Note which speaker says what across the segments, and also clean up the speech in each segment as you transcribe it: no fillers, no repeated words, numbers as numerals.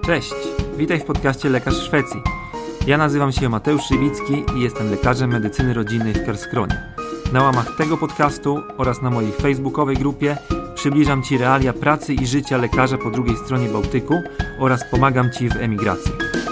Speaker 1: Cześć, witaj w podcaście Lekarz Szwecji. Ja nazywam się Mateusz Szywicki i jestem lekarzem medycyny rodzinnej w Karlskronie. Na łamach tego podcastu oraz na mojej facebookowej grupie przybliżam Ci realia pracy i życia lekarza po drugiej stronie Bałtyku oraz pomagam Ci w emigracji.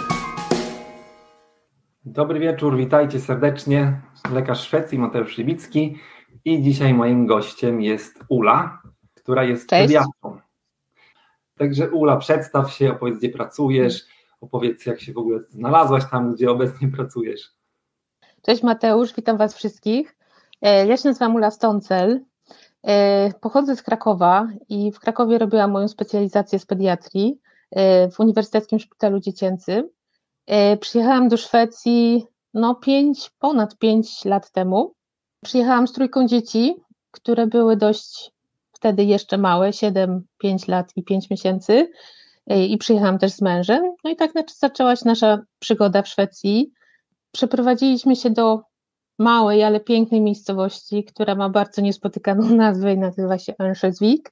Speaker 2: Dobry wieczór, witajcie serdecznie. Lekarz Szwecji Mateusz Szywicki i dzisiaj moim gościem jest Ula, która jest pediatrą. Także Ula, przedstaw się, opowiedz, gdzie pracujesz, opowiedz, jak się w ogóle znalazłaś tam, gdzie obecnie pracujesz.
Speaker 3: Cześć Mateusz, witam Was wszystkich. Ja się nazywam Ula Stoncel, pochodzę z Krakowa i w Krakowie robiłam moją specjalizację z pediatrii w Uniwersyteckim Szpitalu Dziecięcym. Przyjechałam do Szwecji ponad 5 lat temu. Przyjechałam z 3 dzieci, które były dość wtedy jeszcze małe, 7, 5 lat i 5 miesięcy i przyjechałam też z mężem. No i tak zaczęła się nasza przygoda w Szwecji. Przeprowadziliśmy się do małej, ale pięknej miejscowości, która ma bardzo niespotykaną nazwę i nazywa się Örnsköldsvik.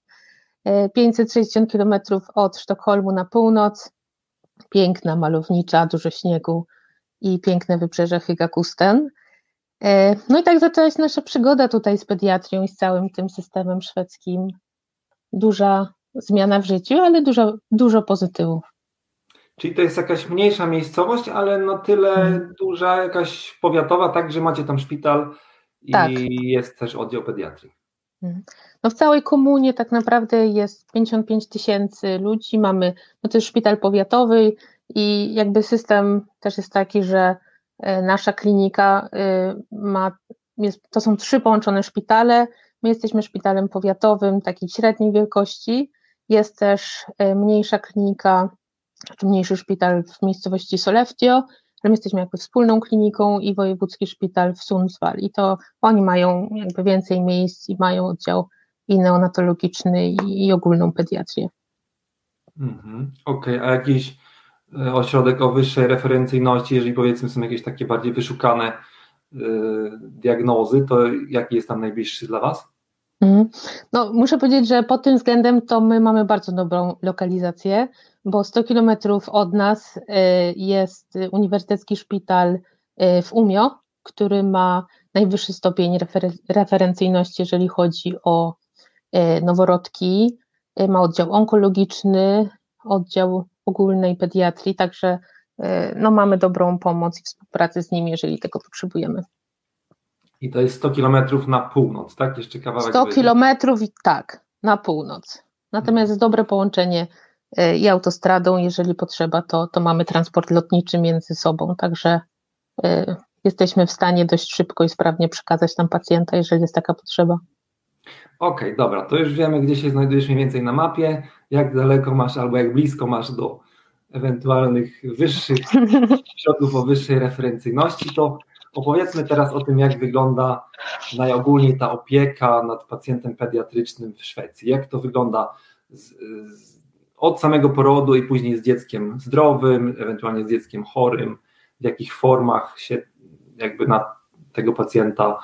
Speaker 3: 560 km od Sztokholmu na północ. Piękna, malownicza, dużo śniegu i piękne wybrzeże Höga-Kusten. No i tak zaczęła się nasza przygoda tutaj z pediatrią i z całym tym systemem szwedzkim. Duża zmiana w życiu, ale dużo pozytywów.
Speaker 2: Czyli to jest jakaś mniejsza miejscowość, ale na tyle duża, jakaś powiatowa, tak, że macie tam szpital i jest też oddział pediatrii.
Speaker 3: No w całej komunie tak naprawdę jest 55 000 ludzi, mamy też szpital powiatowy i jakby system też jest taki, że nasza klinika to są 3 połączone szpitale, my jesteśmy szpitalem powiatowym takiej średniej wielkości, jest też mniejsza klinika, czy mniejszy szpital w miejscowości Sollefteå, ale my jesteśmy jakby wspólną kliniką i wojewódzki szpital w Sundsvall i to oni mają jakby więcej miejsc i mają oddział i neonatologiczny i ogólną pediatrię.
Speaker 2: Okej, a jakiś ośrodek o wyższej referencyjności, jeżeli powiedzmy są jakieś takie bardziej wyszukane diagnozy, to jaki jest tam najbliższy dla Was?
Speaker 3: No, muszę powiedzieć, że pod tym względem to my mamy bardzo dobrą lokalizację, bo 100 km od nas jest Uniwersytecki Szpital w Umeå, który ma najwyższy stopień referencyjności, jeżeli chodzi o noworodki, ma oddział onkologiczny, oddział ogólnej pediatrii, także mamy dobrą pomoc i współpracę z nimi, jeżeli tego potrzebujemy.
Speaker 2: I to jest 100 km na północ, tak? Jeszcze kawałek
Speaker 3: 100 km na północ. Natomiast jest dobre połączenie i autostradą, jeżeli potrzeba, to mamy transport lotniczy między sobą, także jesteśmy w stanie dość szybko i sprawnie przekazać tam pacjenta, jeżeli jest taka potrzeba.
Speaker 2: Okej, dobra, to już wiemy, gdzie się znajdujesz mniej więcej na mapie, jak daleko masz albo jak blisko masz do ewentualnych wyższych środków o wyższej referencyjności, to opowiedzmy teraz o tym, jak wygląda najogólniej ta opieka nad pacjentem pediatrycznym w Szwecji. Jak to wygląda od samego porodu i później z dzieckiem zdrowym, ewentualnie z dzieckiem chorym, w jakich formach się jakby na tego pacjenta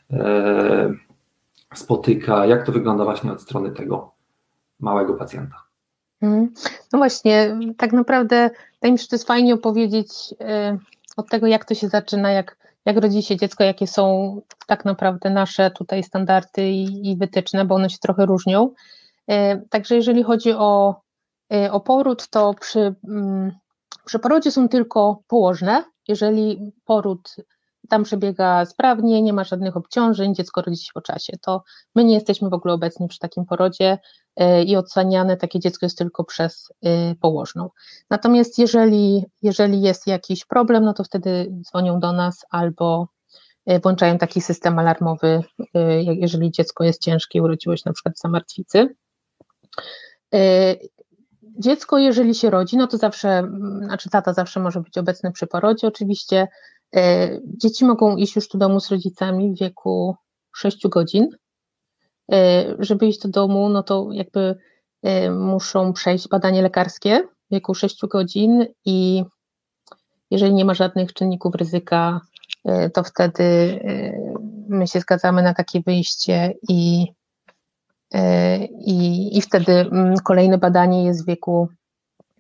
Speaker 2: spotyka, jak to wygląda właśnie od strony tego małego pacjenta.
Speaker 3: No właśnie, tak naprawdę wydaje mi się, że to jest fajnie opowiedzieć od tego, jak to się zaczyna, jak rodzi się dziecko, jakie są tak naprawdę nasze tutaj standardy i wytyczne, bo one się trochę różnią. Także jeżeli chodzi o poród, to przy porodzie są tylko położne. Jeżeli poród tam przebiega sprawnie, nie ma żadnych obciążeń, dziecko rodzi się po czasie, to my nie jesteśmy w ogóle obecni przy takim porodzie i oceniane takie dziecko jest tylko przez położną. Natomiast jeżeli jest jakiś problem, no to wtedy dzwonią do nas albo włączają taki system alarmowy, jeżeli dziecko jest ciężkie, urodziło się na przykład w zamartwicy. Dziecko, jeżeli się rodzi, no to tata zawsze może być obecny przy porodzie. Oczywiście dzieci mogą iść już do domu z rodzicami w wieku 6 godzin. Żeby iść do domu, no to jakby muszą przejść badanie lekarskie w wieku 6 godzin i jeżeli nie ma żadnych czynników ryzyka, to wtedy my się zgadzamy na takie wyjście i wtedy kolejne badanie jest w wieku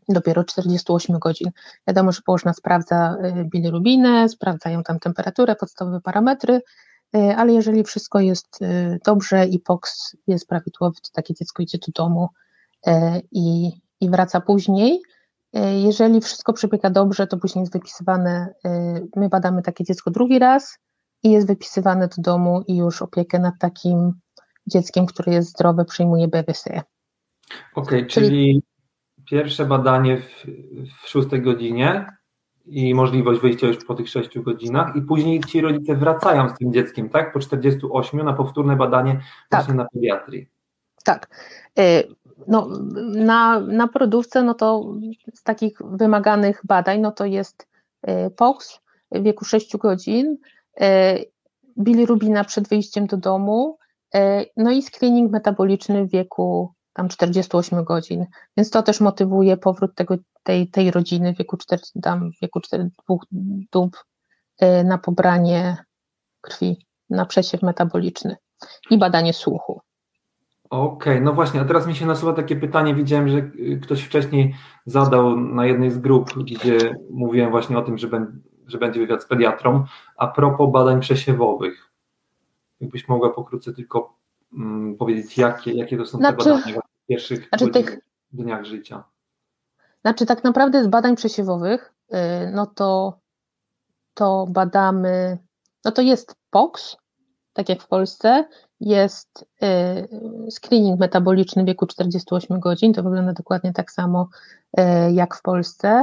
Speaker 3: dopiero 48 godzin. Wiadomo, że położna sprawdza bilirubinę, sprawdzają tam temperaturę, podstawowe parametry, ale jeżeli wszystko jest dobrze i POX jest prawidłowy, to takie dziecko idzie do domu i wraca później. Jeżeli wszystko przebiega dobrze, to później jest wypisywane, my badamy takie dziecko drugi raz i jest wypisywane do domu i już opiekę nad takim dzieckiem, które jest zdrowe, przyjmuje BWC.
Speaker 2: Okej, czyli pierwsze badanie w 6 godzinie i możliwość wyjścia już po tych 6 godzinach i później ci rodzice wracają z tym dzieckiem, tak? Po 48 na powtórne badanie właśnie na pediatrii.
Speaker 3: Tak. No, na porodówce, no to z takich wymaganych badań, no to jest POX w wieku 6 godzin, bilirubina przed wyjściem do domu, no i screening metaboliczny w wieku tam 48 godzin, więc to też motywuje powrót tej rodziny w wieku 4 dób na pobranie krwi, na przesiew metaboliczny i badanie słuchu.
Speaker 2: Okej, no właśnie, a teraz mi się nasuwa takie pytanie, widziałem, że ktoś wcześniej zadał na jednej z grup, gdzie mówiłem właśnie o tym, że będzie wywiad z pediatrą, a propos badań przesiewowych. Jakbyś mogła pokrótce tylko powiedzieć, jakie to są te badania w pierwszych dniach życia?
Speaker 3: Znaczy tak naprawdę z badań przesiewowych, no to badamy, no to jest POX, tak jak w Polsce, jest screening metaboliczny w wieku 48 godzin, to wygląda dokładnie tak samo jak w Polsce.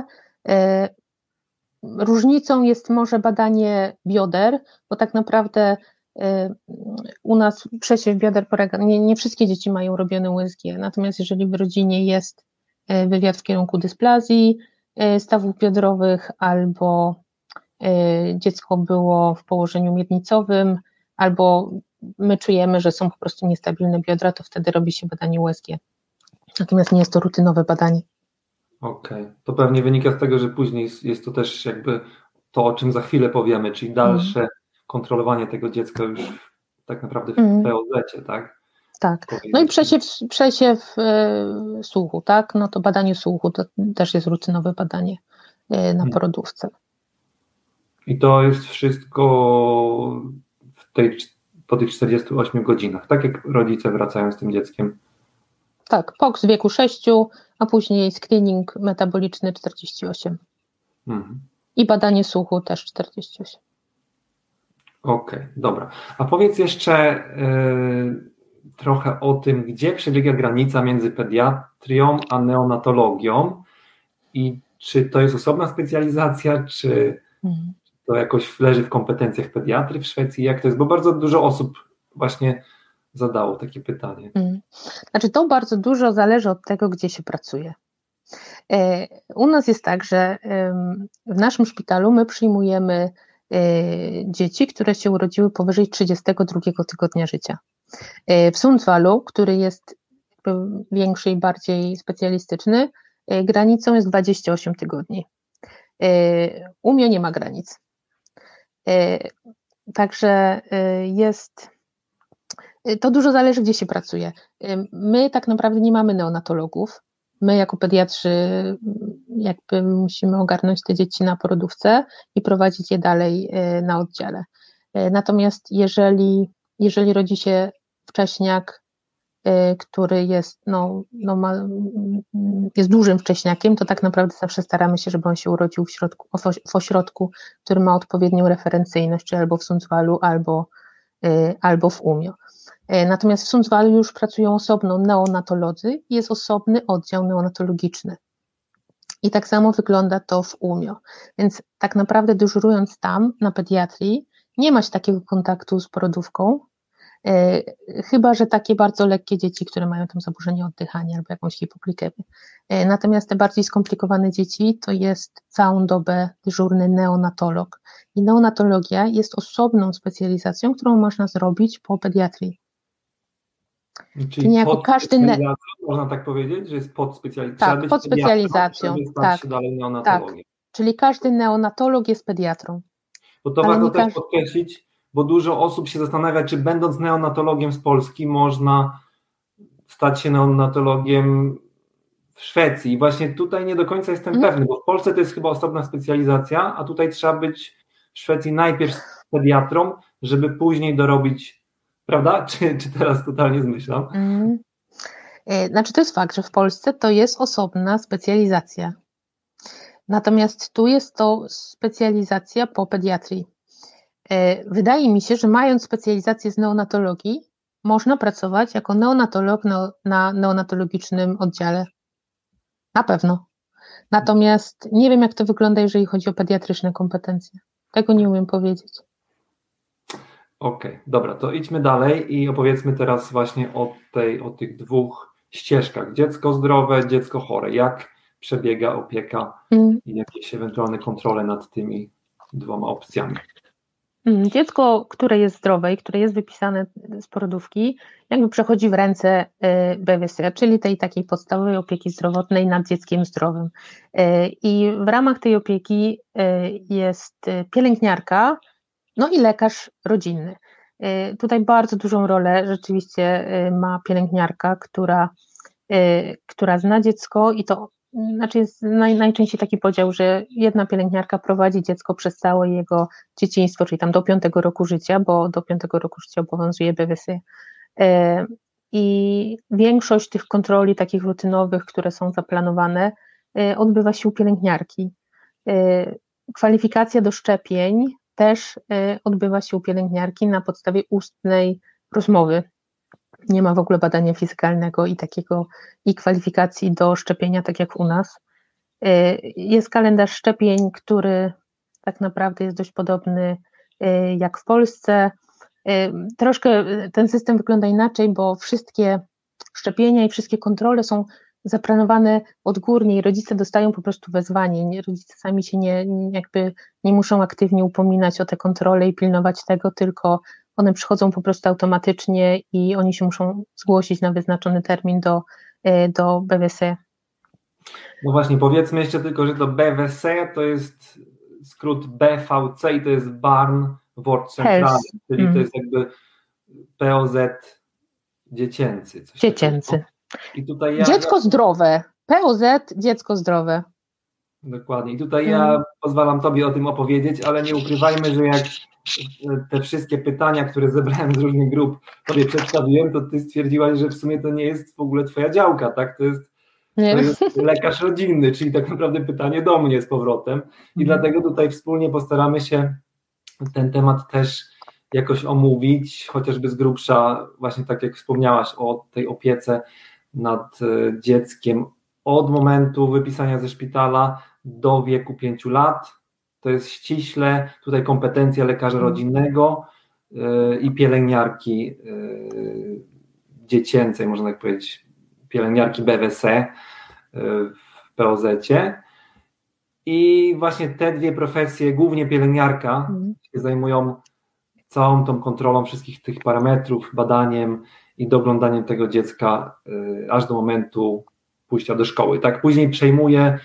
Speaker 3: Różnicą jest może badanie bioder, bo tak naprawdę u nas przesiew bioder polega, nie wszystkie dzieci mają robione USG, natomiast jeżeli w rodzinie jest wywiad w kierunku dysplazji stawów biodrowych albo dziecko było w położeniu miednicowym, albo my czujemy, że są po prostu niestabilne biodra, to wtedy robi się badanie USG. Natomiast nie jest to rutynowe badanie.
Speaker 2: Okej, to pewnie wynika z tego, że później jest to też jakby to, o czym za chwilę powiemy, czyli dalsze kontrolowanie tego dziecka już tak naprawdę w POZ-cie, tak?
Speaker 3: Tak, no i przesiew słuchu, tak? No to badanie słuchu to też jest rutynowe badanie na porodówce.
Speaker 2: I to jest wszystko po tych 48 godzinach, tak jak rodzice wracają z tym dzieckiem?
Speaker 3: Tak, POX w wieku 6, a później screening metaboliczny 48. I badanie słuchu też 48.
Speaker 2: Okej, dobra. A powiedz jeszcze trochę o tym, gdzie przebiega granica między pediatrią a neonatologią i czy to jest osobna specjalizacja, czy to jakoś leży w kompetencjach pediatry w Szwecji? Jak to jest? Bo bardzo dużo osób właśnie zadało takie pytanie.
Speaker 3: Znaczy to bardzo dużo zależy od tego, gdzie się pracuje. U nas jest tak, że w naszym szpitalu my przyjmujemy dzieci, które się urodziły powyżej 32 tygodnia życia. W Sundsvallu, który jest większy i bardziej specjalistyczny, granicą jest 28 tygodni. Umeå nie ma granic. Także to dużo zależy, gdzie się pracuje. My tak naprawdę nie mamy neonatologów. My jako pediatrzy jakby musimy ogarnąć te dzieci na porodówce i prowadzić je dalej na oddziale. Natomiast jeżeli rodzi się wcześniak, który jest, jest dużym wcześniakiem, to tak naprawdę zawsze staramy się, żeby on się urodził w ośrodku, który ma odpowiednią referencyjność, czy albo w Sundsvallu, albo w Umeå. Natomiast w Sundsvallu już pracują osobno neonatolodzy i jest osobny oddział neonatologiczny. I tak samo wygląda to w Umeå. Więc tak naprawdę dyżurując tam na pediatrii, nie ma się takiego kontaktu z porodówką, chyba że takie bardzo lekkie dzieci, które mają tam zaburzenie oddychania albo jakąś hipoglikemię. Natomiast te bardziej skomplikowane dzieci to jest całą dobę dyżurny neonatolog. I neonatologia jest osobną specjalizacją, którą można zrobić po pediatrii.
Speaker 2: Czyli niejako każdy można tak powiedzieć, że jest pod specjalizacją.
Speaker 3: Tak, pod specjalizacją.
Speaker 2: Tak, dalej neonatologię.
Speaker 3: Tak. Czyli każdy neonatolog jest pediatrą.
Speaker 2: Bo to warto też podkreślić, bo dużo osób się zastanawia, czy będąc neonatologiem z Polski można stać się neonatologiem w Szwecji. I właśnie tutaj nie do końca jestem pewny, bo w Polsce to jest chyba osobna specjalizacja, a tutaj trzeba być w Szwecji najpierw pediatrą, żeby później dorobić, prawda? Czy teraz totalnie zmyślam?
Speaker 3: Znaczy to jest fakt, że w Polsce to jest osobna specjalizacja. Natomiast tu jest to specjalizacja po pediatrii. Wydaje mi się, że mając specjalizację z neonatologii, można pracować jako neonatolog na neonatologicznym oddziale. Na pewno. Natomiast nie wiem, jak to wygląda, jeżeli chodzi o pediatryczne kompetencje. Tego nie umiem powiedzieć.
Speaker 2: Okej, dobra, to idźmy dalej i opowiedzmy teraz właśnie o tych dwóch ścieżkach. Dziecko zdrowe, dziecko chore. Jak przebiega opieka i jakieś ewentualne kontrole nad tymi dwoma opcjami?
Speaker 3: Dziecko, które jest zdrowe i które jest wypisane z porodówki, jakby przechodzi w ręce BWS, czyli tej takiej podstawowej opieki zdrowotnej nad dzieckiem zdrowym. I w ramach tej opieki jest pielęgniarka, no i lekarz rodzinny. Tutaj bardzo dużą rolę rzeczywiście ma pielęgniarka, która zna dziecko i to znaczy jest najczęściej taki podział, że jedna pielęgniarka prowadzi dziecko przez całe jego dzieciństwo, czyli tam do 5 roku życia, bo do 5 roku życia obowiązuje BWS. I większość tych kontroli takich rutynowych, które są zaplanowane, odbywa się u pielęgniarki. Kwalifikacja do szczepień też odbywa się u pielęgniarki na podstawie ustnej rozmowy. Nie ma w ogóle badania fizykalnego i kwalifikacji do szczepienia, tak jak u nas. Jest kalendarz szczepień, który tak naprawdę jest dość podobny jak w Polsce. Troszkę ten system wygląda inaczej, bo wszystkie szczepienia i wszystkie kontrole są zaplanowane odgórnie i rodzice dostają po prostu wezwanie. Rodzice sami się nie muszą aktywnie upominać o te kontrole i pilnować tego, tylko one przychodzą po prostu automatycznie i oni się muszą zgłosić na wyznaczony termin do BWS.
Speaker 2: No właśnie, powiedzmy jeszcze tylko, że to BWS to jest skrót BVC i to jest Barn Wort Centralny, czyli to jest jakby POZ dziecięcy.
Speaker 3: Dziecięcy.
Speaker 2: I tutaj
Speaker 3: dziecko zdrowe. POZ, dziecko zdrowe.
Speaker 2: Dokładnie. I tutaj ja pozwalam Tobie o tym opowiedzieć, ale nie ukrywajmy, że jak te wszystkie pytania, które zebrałem z różnych grup, Tobie przedstawiłem, to Ty stwierdziłaś, że w sumie to nie jest w ogóle Twoja działka, tak? To jest lekarz rodzinny, czyli tak naprawdę pytanie do mnie z powrotem. I dlatego tutaj wspólnie postaramy się ten temat też jakoś omówić, chociażby z grubsza, właśnie tak jak wspomniałaś o tej opiece nad dzieckiem od momentu wypisania ze szpitala do wieku 5 lat. To jest ściśle tutaj kompetencja lekarza rodzinnego i pielęgniarki dziecięcej, można tak powiedzieć, pielęgniarki BWS w POZ-cie. I właśnie te dwie profesje, głównie pielęgniarka, się zajmują całą tą kontrolą wszystkich tych parametrów, badaniem i doglądaniem tego dziecka aż do momentu pójścia do szkoły. Tak, później przejmuje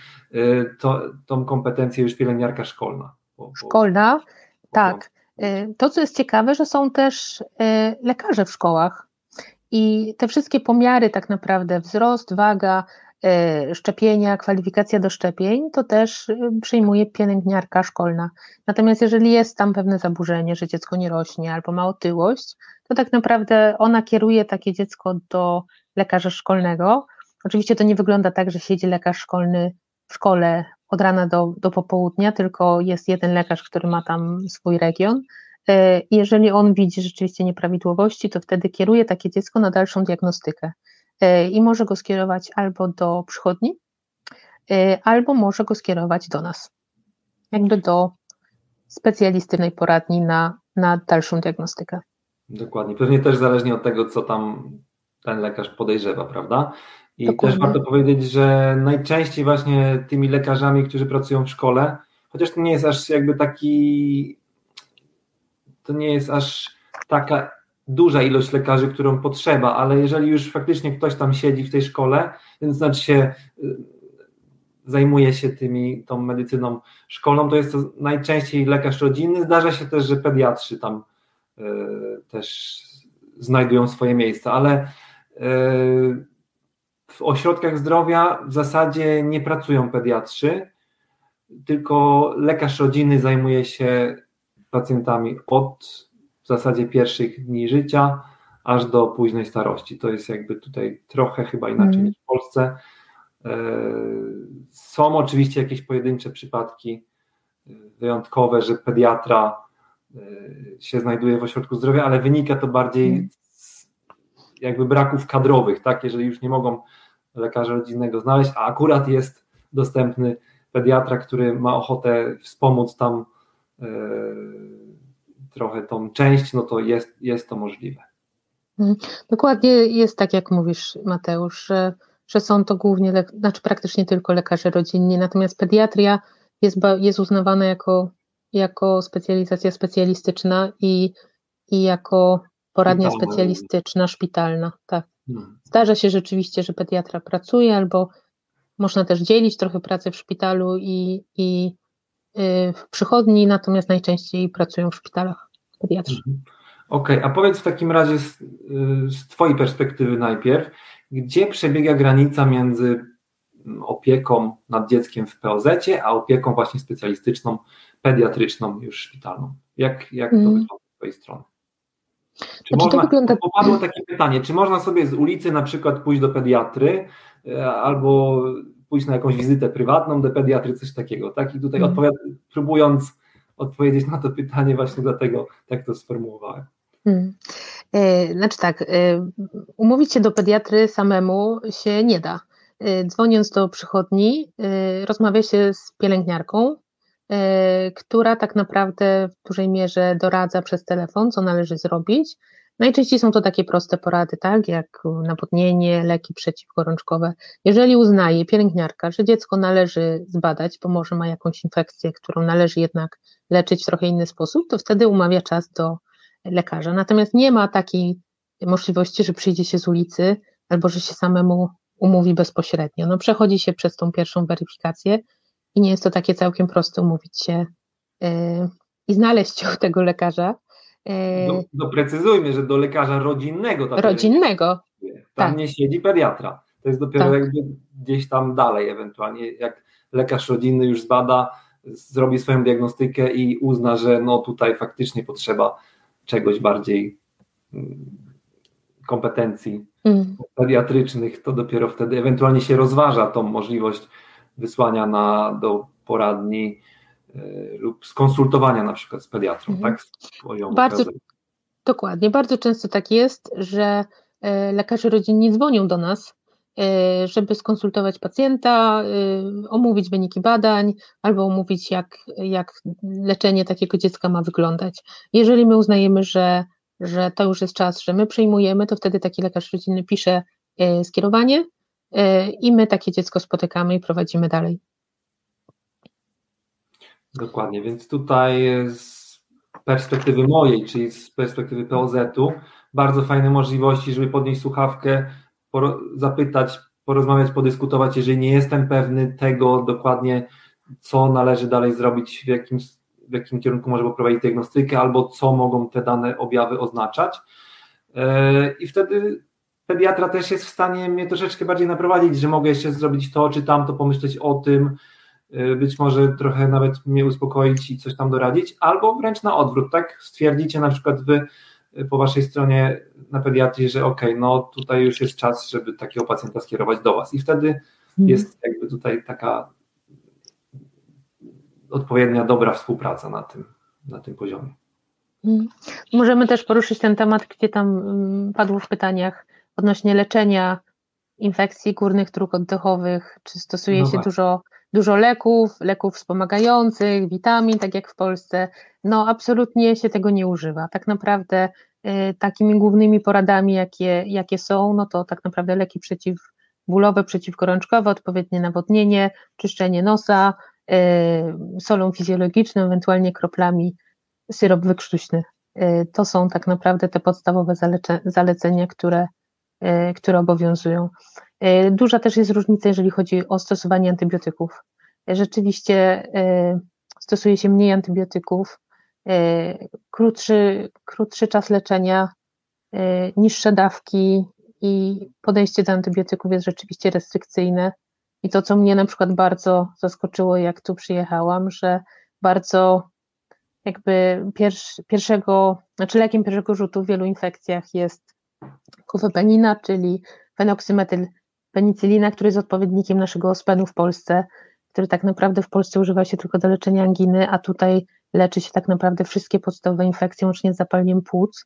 Speaker 2: tą kompetencję już pielęgniarka szkolna.
Speaker 3: Szkolna, tak. To, co jest ciekawe, że są też lekarze w szkołach i te wszystkie pomiary tak naprawdę, wzrost, waga, szczepienia, kwalifikacja do szczepień, to też przyjmuje pielęgniarka szkolna. Natomiast jeżeli jest tam pewne zaburzenie, że dziecko nie rośnie albo ma otyłość, to tak naprawdę ona kieruje takie dziecko do lekarza szkolnego. Oczywiście to nie wygląda tak, że siedzi lekarz szkolny w szkole od rana do popołudnia, tylko jest jeden lekarz, który ma tam swój region. Jeżeli on widzi rzeczywiście nieprawidłowości, to wtedy kieruje takie dziecko na dalszą diagnostykę i może go skierować albo do przychodni, albo może go skierować do nas, jakby do specjalistycznej poradni na dalszą diagnostykę.
Speaker 2: Dokładnie, pewnie też zależnie od tego, co tam ten lekarz podejrzewa, prawda? I
Speaker 3: Dokładnie.
Speaker 2: też warto powiedzieć, że najczęściej właśnie tymi lekarzami, którzy pracują w szkole, chociaż to nie jest aż jakby to nie jest aż taka duża ilość lekarzy, którą potrzeba, ale jeżeli już faktycznie ktoś tam siedzi w tej szkole, więc znaczy się zajmuje się tą medycyną szkolną, to jest to najczęściej lekarz rodzinny. Zdarza się też, że pediatrzy tam też znajdują swoje miejsca, ale w ośrodkach zdrowia w zasadzie nie pracują pediatrzy, tylko lekarz rodzinny zajmuje się pacjentami od w zasadzie pierwszych dni życia aż do późnej starości. To jest jakby tutaj trochę chyba inaczej niż w Polsce. Są oczywiście jakieś pojedyncze przypadki wyjątkowe, że pediatra się znajduje w ośrodku zdrowia, ale wynika to bardziej z jakby braków kadrowych, tak? Jeżeli już nie mogą lekarza rodzinnego znaleźć, a akurat jest dostępny pediatra, który ma ochotę wspomóc tam trochę tą część, no to jest to możliwe.
Speaker 3: Dokładnie jest tak, jak mówisz, Mateusz, że są to głównie, znaczy praktycznie tylko lekarze rodzinni, natomiast pediatria jest uznawana jako specjalizacja specjalistyczna i jako poradnia specjalistyczna, szpitalna. Tak. Zdarza się rzeczywiście, że pediatra pracuje, albo można też dzielić trochę pracę w szpitalu i w przychodni, natomiast najczęściej pracują w szpitalach pediatrzy.
Speaker 2: Okej, a powiedz w takim razie z Twojej perspektywy najpierw, gdzie przebiega granica między opieką nad dzieckiem w POZ-cie, a opieką właśnie specjalistyczną, pediatryczną, już szpitalną? Jak to wygląda z Twojej strony? Czy Popadło takie pytanie, czy można sobie z ulicy na przykład pójść do pediatry albo pójść na jakąś wizytę prywatną do pediatry, coś takiego, tak? I tutaj próbując odpowiedzieć na to pytanie, właśnie dlatego tak to sformułowałem.
Speaker 3: Znaczy tak, umówić się do pediatry samemu się nie da. Dzwoniąc do przychodni, rozmawia się z pielęgniarką, która tak naprawdę w dużej mierze doradza przez telefon, co należy zrobić. Najczęściej są to takie proste porady, tak, jak nawodnienie, leki przeciwgorączkowe. Jeżeli uznaje pielęgniarka, że dziecko należy zbadać, bo może ma jakąś infekcję, którą należy jednak leczyć w trochę inny sposób, to wtedy umawia czas do lekarza. Natomiast nie ma takiej możliwości, że przyjdzie się z ulicy albo że się samemu umówi bezpośrednio. No, przechodzi się przez tą pierwszą weryfikację i nie jest to takie całkiem proste umówić się i znaleźć tego lekarza.
Speaker 2: Doprecyzujmy, że do lekarza rodzinnego.
Speaker 3: Rodzinnego.
Speaker 2: Tam nie siedzi pediatra. To jest dopiero jakby gdzieś tam dalej ewentualnie, jak lekarz rodzinny już zbada, zrobi swoją diagnostykę i uzna, że no tutaj faktycznie potrzeba czegoś bardziej kompetencji pediatrycznych, to dopiero wtedy ewentualnie się rozważa tą możliwość wysłania do poradni lub skonsultowania na przykład z pediatrą, tak?
Speaker 3: Dokładnie, bardzo często tak jest, że lekarze rodzinni dzwonią do nas, żeby skonsultować pacjenta, omówić wyniki badań albo omówić, jak leczenie takiego dziecka ma wyglądać. Jeżeli my uznajemy, że to już jest czas, że my przyjmujemy, to wtedy taki lekarz rodzinny pisze skierowanie i my takie dziecko spotykamy i prowadzimy dalej.
Speaker 2: Dokładnie, więc tutaj z perspektywy mojej, czyli z perspektywy POZ-u, bardzo fajne możliwości, żeby podnieść słuchawkę, zapytać, porozmawiać, podyskutować, jeżeli nie jestem pewny tego dokładnie, co należy dalej zrobić, w jakim kierunku może poprowadzić diagnostykę, albo co mogą te dane objawy oznaczać. I wtedy pediatra też jest w stanie mnie troszeczkę bardziej naprowadzić, że mogę jeszcze zrobić to czy tamto, pomyśleć o tym, być może trochę nawet mnie uspokoić i coś tam doradzić, albo wręcz na odwrót, tak? Stwierdzicie na przykład wy po waszej stronie na pediatrii, że okej, no tutaj już jest czas, żeby takiego pacjenta skierować do was i wtedy jest jakby tutaj taka odpowiednia, dobra współpraca na tym poziomie.
Speaker 3: Możemy też poruszyć ten temat, gdzie tam padło w pytaniach odnośnie leczenia infekcji górnych dróg oddechowych, czy stosuje się dużo leków wspomagających, witamin, tak jak w Polsce. No absolutnie się tego nie używa. Tak naprawdę takimi głównymi poradami, jakie są, no to tak naprawdę leki przeciwbólowe, przeciwgorączkowe, odpowiednie nawodnienie, czyszczenie nosa, solą fizjologiczną, ewentualnie kroplami syrop wykrztuśny. To są tak naprawdę te podstawowe zalecenia, które obowiązują. Duża też jest różnica, jeżeli chodzi o stosowanie antybiotyków. Rzeczywiście stosuje się mniej antybiotyków, krótszy czas leczenia, niższe dawki i podejście do antybiotyków jest rzeczywiście restrykcyjne. I to, co mnie na przykład bardzo zaskoczyło, jak tu przyjechałam, że bardzo jakby lekiem pierwszego rzutu w wielu infekcjach jest kofepenina, czyli fenoksymetylpenicylina, który jest odpowiednikiem naszego ospenu w Polsce, który tak naprawdę w Polsce używa się tylko do leczenia anginy, a tutaj leczy się tak naprawdę wszystkie podstawowe infekcje, łącznie z zapaleniem płuc.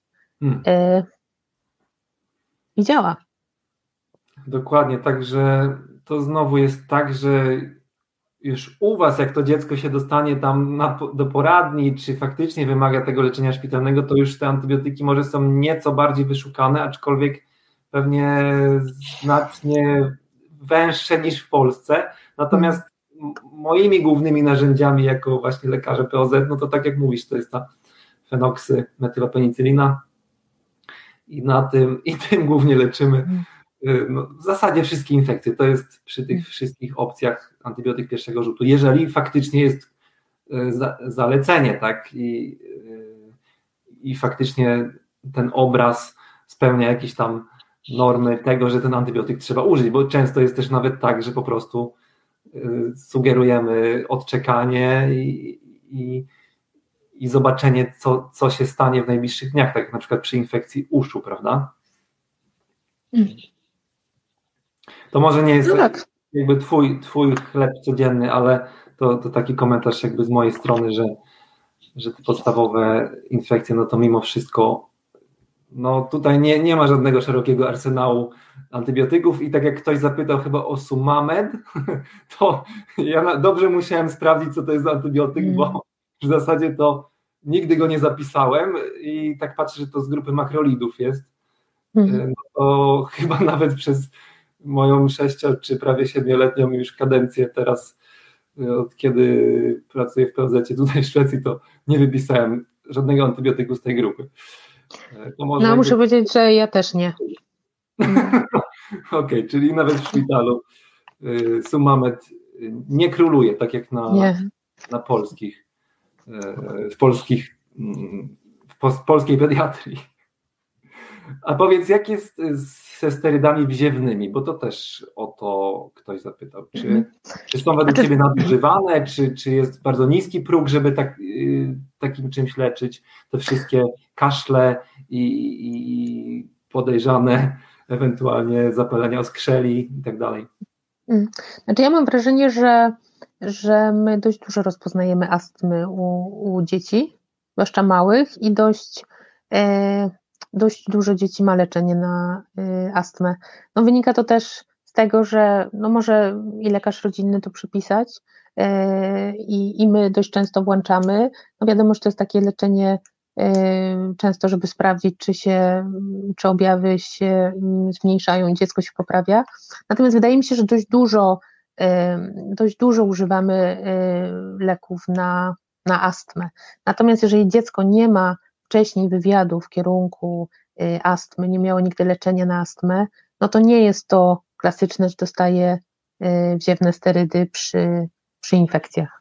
Speaker 3: I działa.
Speaker 2: Dokładnie, także to znowu jest tak, że już u was, jak to dziecko się dostanie tam do poradni, czy faktycznie wymaga tego leczenia szpitalnego, to już te antybiotyki może są nieco bardziej wyszukane, aczkolwiek pewnie znacznie węższe niż w Polsce. Natomiast moimi głównymi narzędziami jako właśnie lekarze POZ, no to tak jak mówisz, to jest ta fenoksymetylopenicylina i tym głównie leczymy w zasadzie wszystkie infekcje. To jest przy tych wszystkich opcjach antybiotyk pierwszego rzutu, jeżeli faktycznie jest zalecenie, tak, i faktycznie ten obraz spełnia jakieś tam normy tego, że ten antybiotyk trzeba użyć, bo często jest też nawet tak, że po prostu sugerujemy odczekanie i zobaczenie, co się stanie w najbliższych dniach, tak jak na przykład przy infekcji uszu, prawda? To może nie jest jakby twój chleb codzienny, ale to taki komentarz jakby z mojej strony, że te podstawowe infekcje, no to mimo wszystko no tutaj nie ma żadnego szerokiego arsenału antybiotyków i tak jak ktoś zapytał chyba o Sumamed, to ja dobrze musiałem sprawdzić, co to jest za antybiotyk, bo w zasadzie to nigdy go nie zapisałem i tak patrzę, że to z grupy makrolidów jest. No to chyba nawet przez moją 6- czy prawie 7-letnią już kadencję teraz, od kiedy pracuję w POZ tutaj w Szwecji, to nie wypisałem żadnego antybiotyku z tej grupy.
Speaker 3: Muszę powiedzieć, że ja też nie.
Speaker 2: Okej, czyli nawet w szpitalu Sumamed nie króluje, tak jak na polskich, w polskiej pediatrii. A powiedz, jak jest ze sterydami wziewnymi, bo to też o to ktoś zapytał. Czy są według Ciebie nadużywane, czy jest bardzo niski próg, żeby takim czymś leczyć te wszystkie kaszle i podejrzane ewentualnie zapalenia oskrzeli i tak dalej?
Speaker 3: Znaczy ja mam wrażenie, że my dość dużo rozpoznajemy astmy u dzieci, zwłaszcza małych, i dość dużo dzieci ma leczenie na astmę. No wynika to też z tego, że no może i lekarz rodzinny to przypisać i my dość często włączamy. No wiadomo, że to jest takie leczenie często, żeby sprawdzić, czy objawy się zmniejszają i dziecko się poprawia. Natomiast wydaje mi się, że dość dużo używamy leków na astmę. Natomiast jeżeli dziecko nie ma wcześniej wywiadu w kierunku astmy, nie miało nigdy leczenia na astmę, no to nie jest to klasyczne, że dostaje wziewne sterydy przy infekcjach.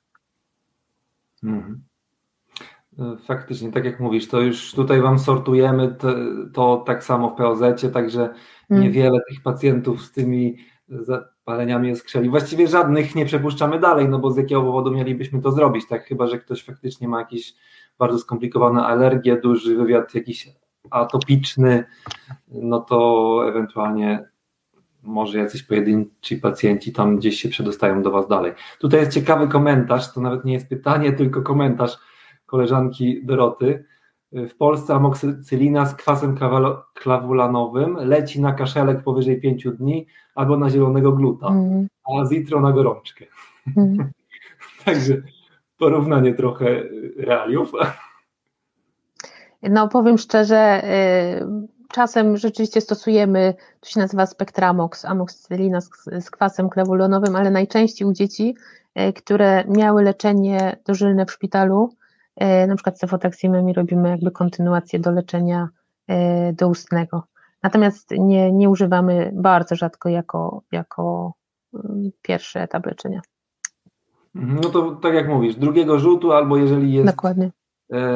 Speaker 2: Faktycznie, tak jak mówisz, to już tutaj Wam sortujemy to tak samo w POZ-cie, także niewiele tych pacjentów z tymi zapaleniami oskrzeli. Właściwie żadnych nie przepuszczamy dalej, no bo z jakiego powodu mielibyśmy to zrobić, tak? Chyba że ktoś faktycznie ma jakieś bardzo skomplikowane alergie, duży wywiad jakiś atopiczny, no to ewentualnie może jacyś pojedynczy pacjenci tam gdzieś się przedostają do Was dalej. Tutaj jest ciekawy komentarz, to nawet nie jest pytanie, tylko komentarz koleżanki Doroty. W Polsce amoksycylina z kwasem klawulanowym leci na kaszelek powyżej 5 dni albo na zielonego gluta, a zitro na gorączkę. Także porównanie trochę realiów.
Speaker 3: No powiem szczerze, czasem rzeczywiście stosujemy, to się nazywa Spectramox, amoksycylina z kwasem klawulanowym, ale najczęściej u dzieci, które miały leczenie dożylne w szpitalu, na przykład cefotaximem, i robimy jakby kontynuację do leczenia doustnego. Natomiast nie używamy bardzo rzadko jako pierwszy etap leczenia.
Speaker 2: No to tak jak mówisz, drugiego rzutu, albo jeżeli jest
Speaker 3: dokładnie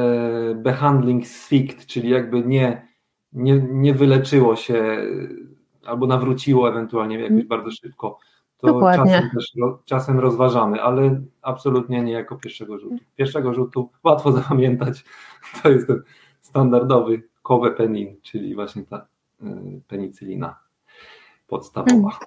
Speaker 2: behandling sfict, czyli jakby nie wyleczyło się albo nawróciło ewentualnie jakoś bardzo szybko, to
Speaker 3: Dokładnie.
Speaker 2: czasem rozważamy, ale absolutnie nie jako pierwszego rzutu. Pierwszego rzutu łatwo zapamiętać, to jest ten standardowy Kovepenin, czyli właśnie ta penicylina podstawowa.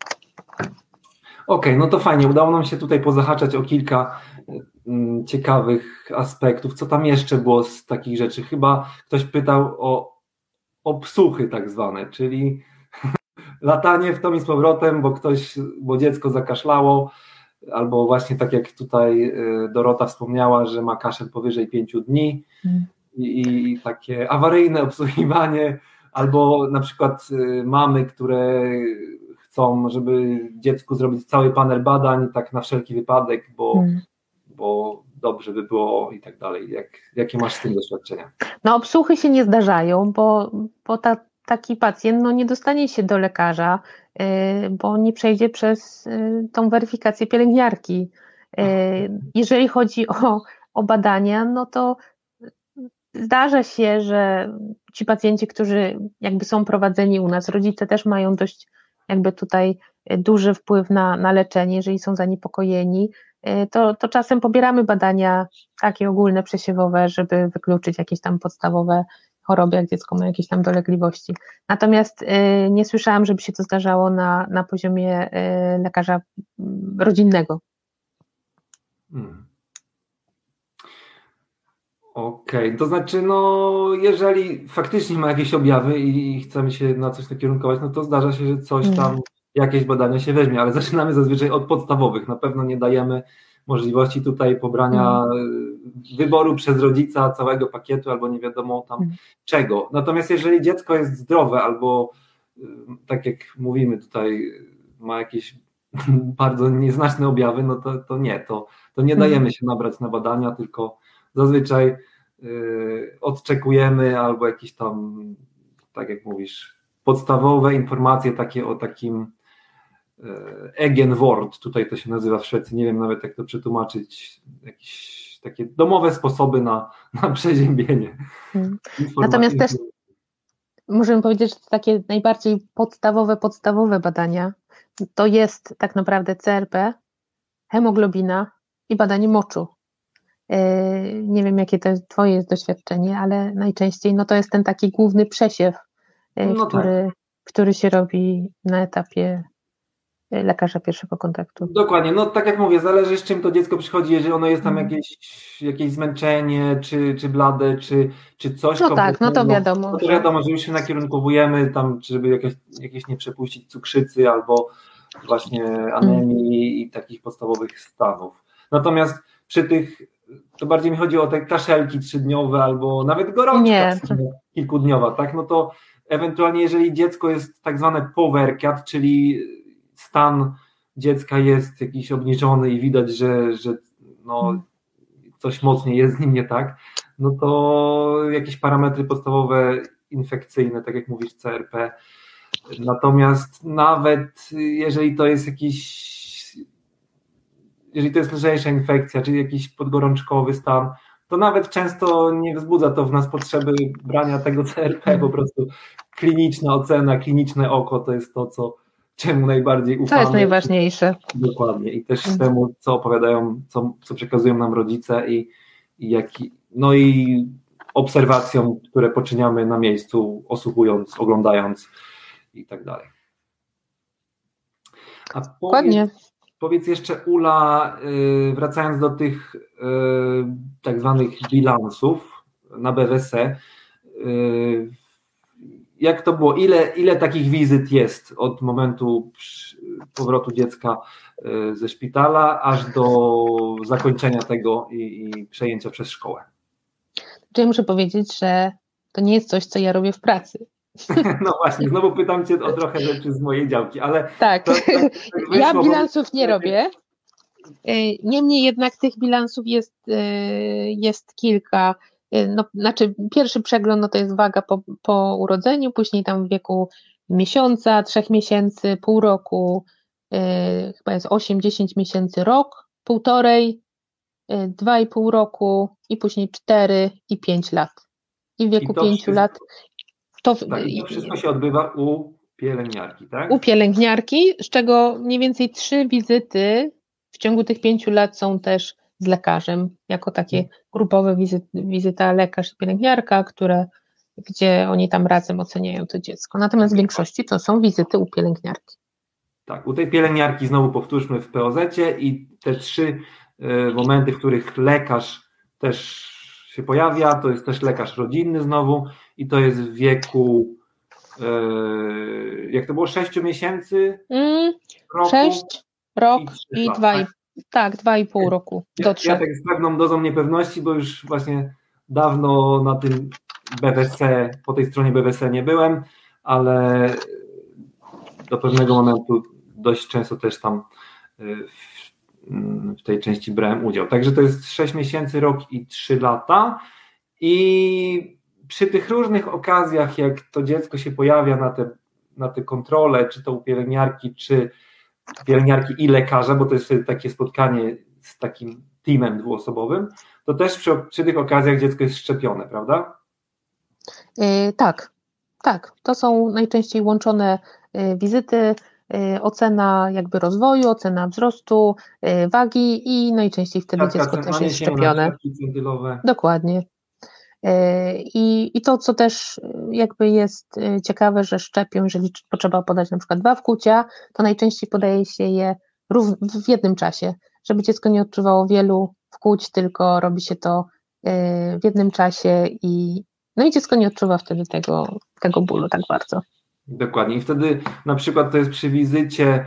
Speaker 2: Okej, no to fajnie, udało nam się tutaj pozahaczać o kilka ciekawych aspektów. Co tam jeszcze było z takich rzeczy? Chyba ktoś pytał o psuchy tak zwane, czyli latanie w tom i z powrotem, bo dziecko zakaszlało, albo właśnie tak jak tutaj Dorota wspomniała, że ma kaszel powyżej 5 dni i takie awaryjne obsługiwanie, albo na przykład mamy, które chcą, żeby dziecku zrobić cały panel badań, tak na wszelki wypadek, bo dobrze by było i tak dalej. Jakie masz z tym doświadczenia?
Speaker 3: No obsłuchy się nie zdarzają, bo taki pacjent nie dostanie się do lekarza, bo nie przejdzie przez tą weryfikację pielęgniarki. Jeżeli chodzi o badania, no to zdarza się, że ci pacjenci, którzy jakby są prowadzeni u nas, rodzice też mają dość jakby tutaj duży wpływ na leczenie, jeżeli są zaniepokojeni, to czasem pobieramy badania takie ogólne, przesiewowe, żeby wykluczyć jakieś tam podstawowe choroby, jak dziecko ma jakieś tam dolegliwości. Natomiast nie słyszałam, żeby się to zdarzało na poziomie lekarza rodzinnego.
Speaker 2: Okej, to znaczy, jeżeli faktycznie ma jakieś objawy i chcemy się na coś nakierunkować, no to zdarza się, że coś tam, jakieś badania się weźmie, ale zaczynamy zazwyczaj od podstawowych. Na pewno nie dajemy możliwości tutaj pobrania wyboru przez rodzica całego pakietu albo nie wiadomo tam czego. Natomiast jeżeli dziecko jest zdrowe albo tak jak mówimy tutaj ma jakieś bardzo nieznaczne objawy, no to nie dajemy się nabrać na badania, tylko zazwyczaj odczekujemy albo jakieś tam, tak jak mówisz, podstawowe informacje takie o takim Egenwort, tutaj to się nazywa w Szwecji, nie wiem nawet jak to przetłumaczyć, jakieś takie domowe sposoby na przeziębienie.
Speaker 3: Natomiast też możemy powiedzieć, że takie najbardziej podstawowe badania to jest tak naprawdę CRP, hemoglobina i badanie moczu. Nie wiem, jakie to jest twoje jest doświadczenie, ale najczęściej to jest ten taki główny przesiew, który się robi na etapie lekarza pierwszego kontaktu.
Speaker 2: Dokładnie, tak jak mówię, zależy z czym to dziecko przychodzi, jeżeli ono jest tam jakieś zmęczenie, czy blade, czy coś.
Speaker 3: No tak, to wiadomo.
Speaker 2: To wiadomo, że już się nakierunkowujemy tam, żeby jakieś nie przepuścić cukrzycy albo właśnie anemii i takich podstawowych stanów. Natomiast przy tych, to bardziej mi chodzi o te kaszelki 3-dniowe albo nawet gorączka kilkudniowa, tak? No to ewentualnie jeżeli dziecko jest tak zwane powercat, czyli stan dziecka jest jakiś obniżony i widać, że coś mocniej jest z nim nie tak, no to jakieś parametry podstawowe infekcyjne, tak jak mówisz, CRP. Natomiast nawet jeżeli to jest lżejsza infekcja, czyli jakiś podgorączkowy stan, to nawet często nie wzbudza to w nas potrzeby brania tego CRP, po prostu kliniczna ocena, kliniczne oko to jest to, czemu najbardziej ufamy.
Speaker 3: To jest najważniejsze.
Speaker 2: Dokładnie. I też temu, co opowiadają, co przekazują nam rodzice i obserwacjom, które poczyniamy na miejscu, osłuchując, oglądając i tak dalej. A powiedz jeszcze, Ula, wracając do tych tak zwanych bilansów na BWC, jak to było? Ile takich wizyt jest od momentu powrotu dziecka ze szpitala aż do zakończenia tego i przejęcia przez szkołę?
Speaker 3: Ja muszę powiedzieć, że to nie jest coś, co ja robię w pracy.
Speaker 2: No właśnie, znowu pytam Cię o trochę rzeczy z mojej działki, ale...
Speaker 3: Tak, ja bilansów nie robię. Niemniej jednak tych bilansów jest kilka. Znaczy pierwszy przegląd to jest waga po urodzeniu, później tam w wieku miesiąca, 3 miesięcy, pół roku, chyba jest 8-10 miesięcy, rok, 1,5, 2,5 roku i później 4 i 5 lat. I w wieku 5 lat...
Speaker 2: To wszystko się odbywa u pielęgniarki, tak?
Speaker 3: U pielęgniarki, z czego mniej więcej 3 wizyty w ciągu tych 5 lat są też z lekarzem, jako takie grupowe wizyta lekarz i pielęgniarka, gdzie oni tam razem oceniają to dziecko. Natomiast w większości to są wizyty u pielęgniarki.
Speaker 2: Tak, u tej pielęgniarki znowu powtórzmy w POZ-cie i te 3 momenty, w których lekarz też się pojawia, to jest też lekarz rodzinny znowu i to jest w wieku, jak to było, 6 miesięcy? Roku,
Speaker 3: 6, rok i
Speaker 2: 2,5
Speaker 3: 2,5 tak, 2,5 roku do 3.
Speaker 2: Ja tak z pewną dozą niepewności, bo już właśnie dawno na tym BWC, po tej stronie BWC nie byłem, ale do pewnego momentu dość często też tam w tej części brałem udział. Także to jest 6 miesięcy, rok i 3 lata i przy tych różnych okazjach, jak to dziecko się pojawia na te kontrole, czy to u pielęgniarki, czy pielęgniarki i lekarza, bo to jest wtedy takie spotkanie z takim teamem dwuosobowym, to też przy tych okazjach dziecko jest szczepione, prawda?
Speaker 3: Tak. To są najczęściej łączone wizyty, ocena jakby rozwoju, ocena wzrostu, wagi i najczęściej wtedy dziecko też jest szczepione. Dokładnie. I to, co też jakby jest ciekawe, że szczepią, jeżeli potrzeba podać na przykład 2 wkłucia, to najczęściej podaje się je w jednym czasie, żeby dziecko nie odczuwało wielu wkłuć, tylko robi się to w jednym czasie i dziecko nie odczuwa wtedy tego bólu tak bardzo.
Speaker 2: Dokładnie. I wtedy na przykład to jest przy wizycie,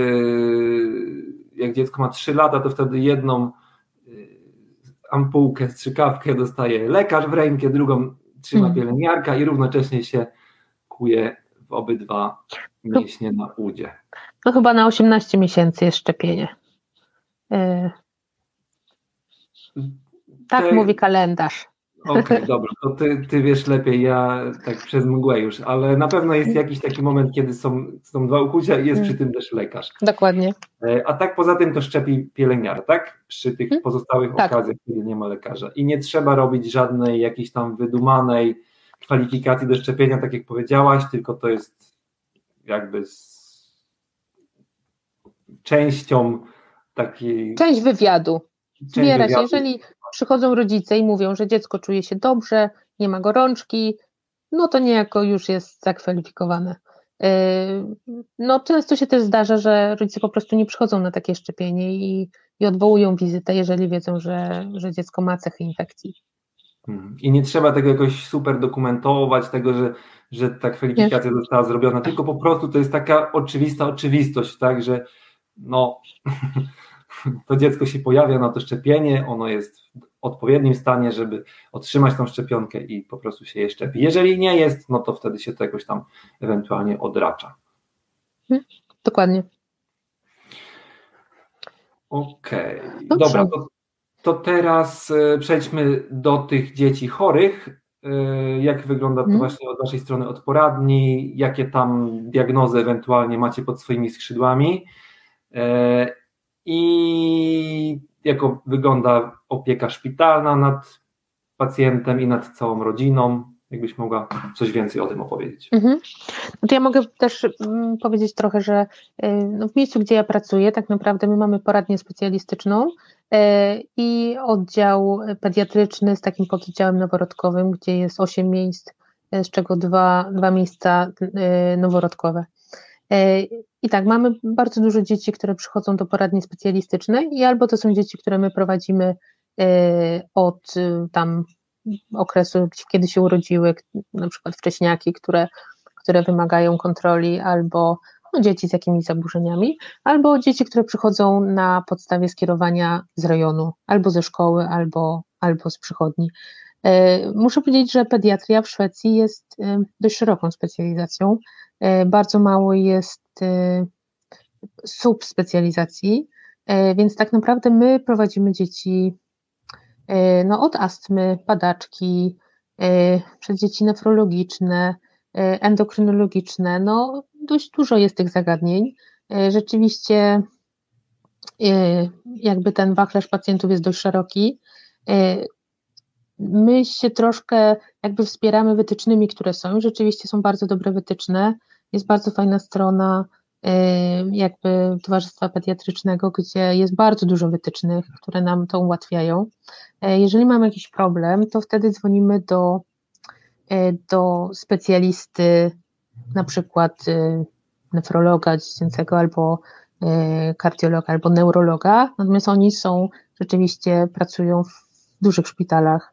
Speaker 2: jak dziecko ma 3 lata, to wtedy jedną ampułkę, strzykawkę dostaje lekarz w rękę, drugą trzyma pielęgniarka i równocześnie się kuje w obydwa mięśnie na udzie.
Speaker 3: No chyba na 18 miesięcy jest szczepienie. Tak mówi kalendarz.
Speaker 2: Okej, dobra, to ty wiesz lepiej, ja tak przez mgłę już, ale na pewno jest jakiś taki moment, kiedy są 2 ukłucia i jest przy tym też lekarz.
Speaker 3: Dokładnie.
Speaker 2: A tak poza tym to szczepi pielęgniarka, tak? Przy tych pozostałych okazjach, kiedy nie ma lekarza. I nie trzeba robić żadnej jakiejś tam wydumanej kwalifikacji do szczepienia, tak jak powiedziałaś, tylko to jest jakby częścią takiej...
Speaker 3: Część wywiadu. Zbiera się, jeżeli przychodzą rodzice i mówią, że dziecko czuje się dobrze, nie ma gorączki, no to niejako już jest zakwalifikowane. No często się też zdarza, że rodzice po prostu nie przychodzą na takie szczepienie i odwołują wizytę, jeżeli wiedzą, że dziecko ma cechy infekcji.
Speaker 2: I nie trzeba tego jakoś super dokumentować, tego, że ta kwalifikacja została zrobiona, tylko po prostu to jest taka oczywista oczywistość, tak, że no to dziecko się pojawia na to szczepienie, ono jest w odpowiednim stanie, żeby otrzymać tą szczepionkę i po prostu się je szczepi. Jeżeli nie jest, no to wtedy się to jakoś tam ewentualnie odracza.
Speaker 3: Dokładnie.
Speaker 2: Okej, dobra, to teraz przejdźmy do tych dzieci chorych. Jak wygląda to właśnie od waszej strony od poradni? Jakie tam diagnozy ewentualnie macie pod swoimi skrzydłami? I jak wygląda opieka szpitalna nad pacjentem i nad całą rodziną? Jakbyś mogła coś więcej o tym opowiedzieć?
Speaker 3: No to ja mogę też powiedzieć trochę, że w miejscu, gdzie ja pracuję, tak naprawdę my mamy poradnię specjalistyczną i oddział pediatryczny z takim pododdziałem noworodkowym, gdzie jest 8 miejsc, z czego 2 miejsca noworodkowe. I tak, mamy bardzo dużo dzieci, które przychodzą do poradni specjalistycznej i albo to są dzieci, które my prowadzimy od tam okresu, kiedy się urodziły, na przykład wcześniaki, które wymagają kontroli, albo dzieci z jakimiś zaburzeniami, albo dzieci, które przychodzą na podstawie skierowania z rejonu, albo ze szkoły, albo z przychodni. Muszę powiedzieć, że pediatria w Szwecji jest dość szeroką specjalizacją. Bardzo mało jest subspecjalizacji, więc tak naprawdę my prowadzimy dzieci od astmy, padaczki, przez dzieci nefrologiczne, endokrynologiczne, dość dużo jest tych zagadnień. Rzeczywiście jakby ten wachlarz pacjentów jest dość szeroki. My się troszkę jakby wspieramy wytycznymi, które są i rzeczywiście są bardzo dobre wytyczne. jest bardzo fajna strona jakby Towarzystwa Pediatrycznego, gdzie jest bardzo dużo wytycznych, które nam to ułatwiają. Jeżeli mamy jakiś problem, to wtedy dzwonimy do specjalisty, na przykład nefrologa dziecięcego albo kardiologa, albo neurologa, natomiast oni rzeczywiście pracują w dużych szpitalach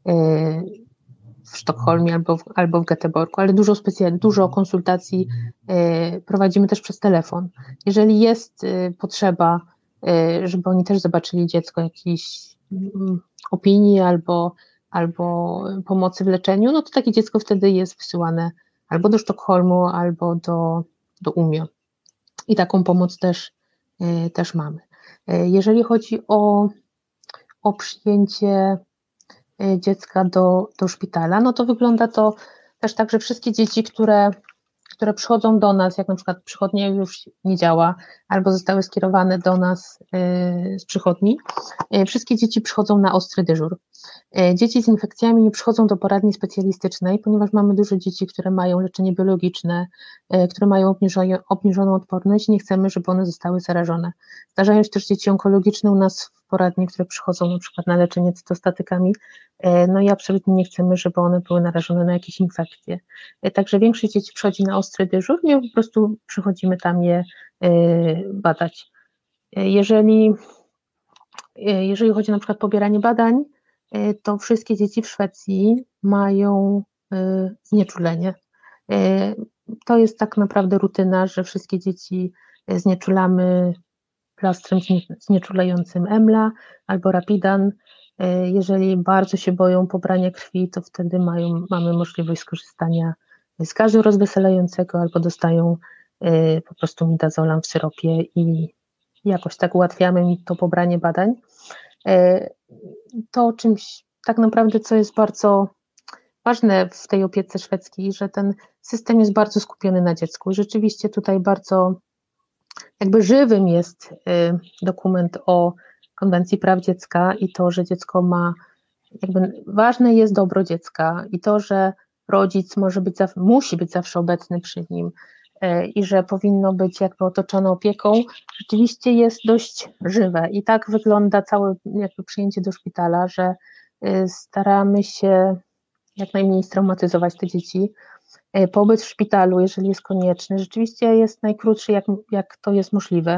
Speaker 3: w Sztokholmie albo w Göteborgu, ale dużo konsultacji prowadzimy też przez telefon. Jeżeli jest potrzeba, żeby oni też zobaczyli dziecko, jakiejś opinii albo pomocy w leczeniu, no to takie dziecko wtedy jest wysyłane albo do Sztokholmu, albo do Umeå. I taką pomoc też mamy. Jeżeli chodzi o przyjęcie dziecka do szpitala, no to wygląda to też tak, że wszystkie dzieci, które przychodzą do nas, jak na przykład przychodnia już nie działa, albo zostały skierowane do nas z przychodni, wszystkie dzieci przychodzą na ostry dyżur. Dzieci z infekcjami nie przychodzą do poradni specjalistycznej, ponieważ mamy dużo dzieci, które mają leczenie biologiczne, które mają obniżoną odporność i nie chcemy, żeby one zostały zarażone. Zdarzają się też dzieci onkologiczne u nas w poradni, które przychodzą na przykład na leczenie cytostatykami, no i absolutnie nie chcemy, żeby one były narażone na jakieś infekcje. Także większość dzieci przychodzi na ostry dyżur, my po prostu przychodzimy tam je badać. Jeżeli chodzi na przykład o pobieranie badań, to wszystkie dzieci w Szwecji mają znieczulenie. To jest tak naprawdę rutyna, że wszystkie dzieci znieczulamy plastrem znieczulającym Emla albo Rapidan. Jeżeli bardzo się boją pobrania krwi, to wtedy mamy możliwość skorzystania z gazu rozweselającego albo dostają po prostu midazolam w syropie i jakoś tak ułatwiamy mi to pobranie badań. To czymś tak naprawdę, co jest bardzo ważne w tej opiece szwedzkiej, że ten system jest bardzo skupiony na dziecku i rzeczywiście tutaj bardzo jakby żywym jest dokument o Konwencji Praw Dziecka i to, że dziecko ważne jest dobro dziecka i to, że rodzic musi być zawsze obecny przy nim i że powinno być jakby otoczone opieką, rzeczywiście jest dość żywe i tak wygląda całe jakby przyjęcie do szpitala, że staramy się jak najmniej straumatyzować te dzieci. Pobyt w szpitalu, jeżeli jest konieczny, rzeczywiście jest najkrótszy, jak to jest możliwe.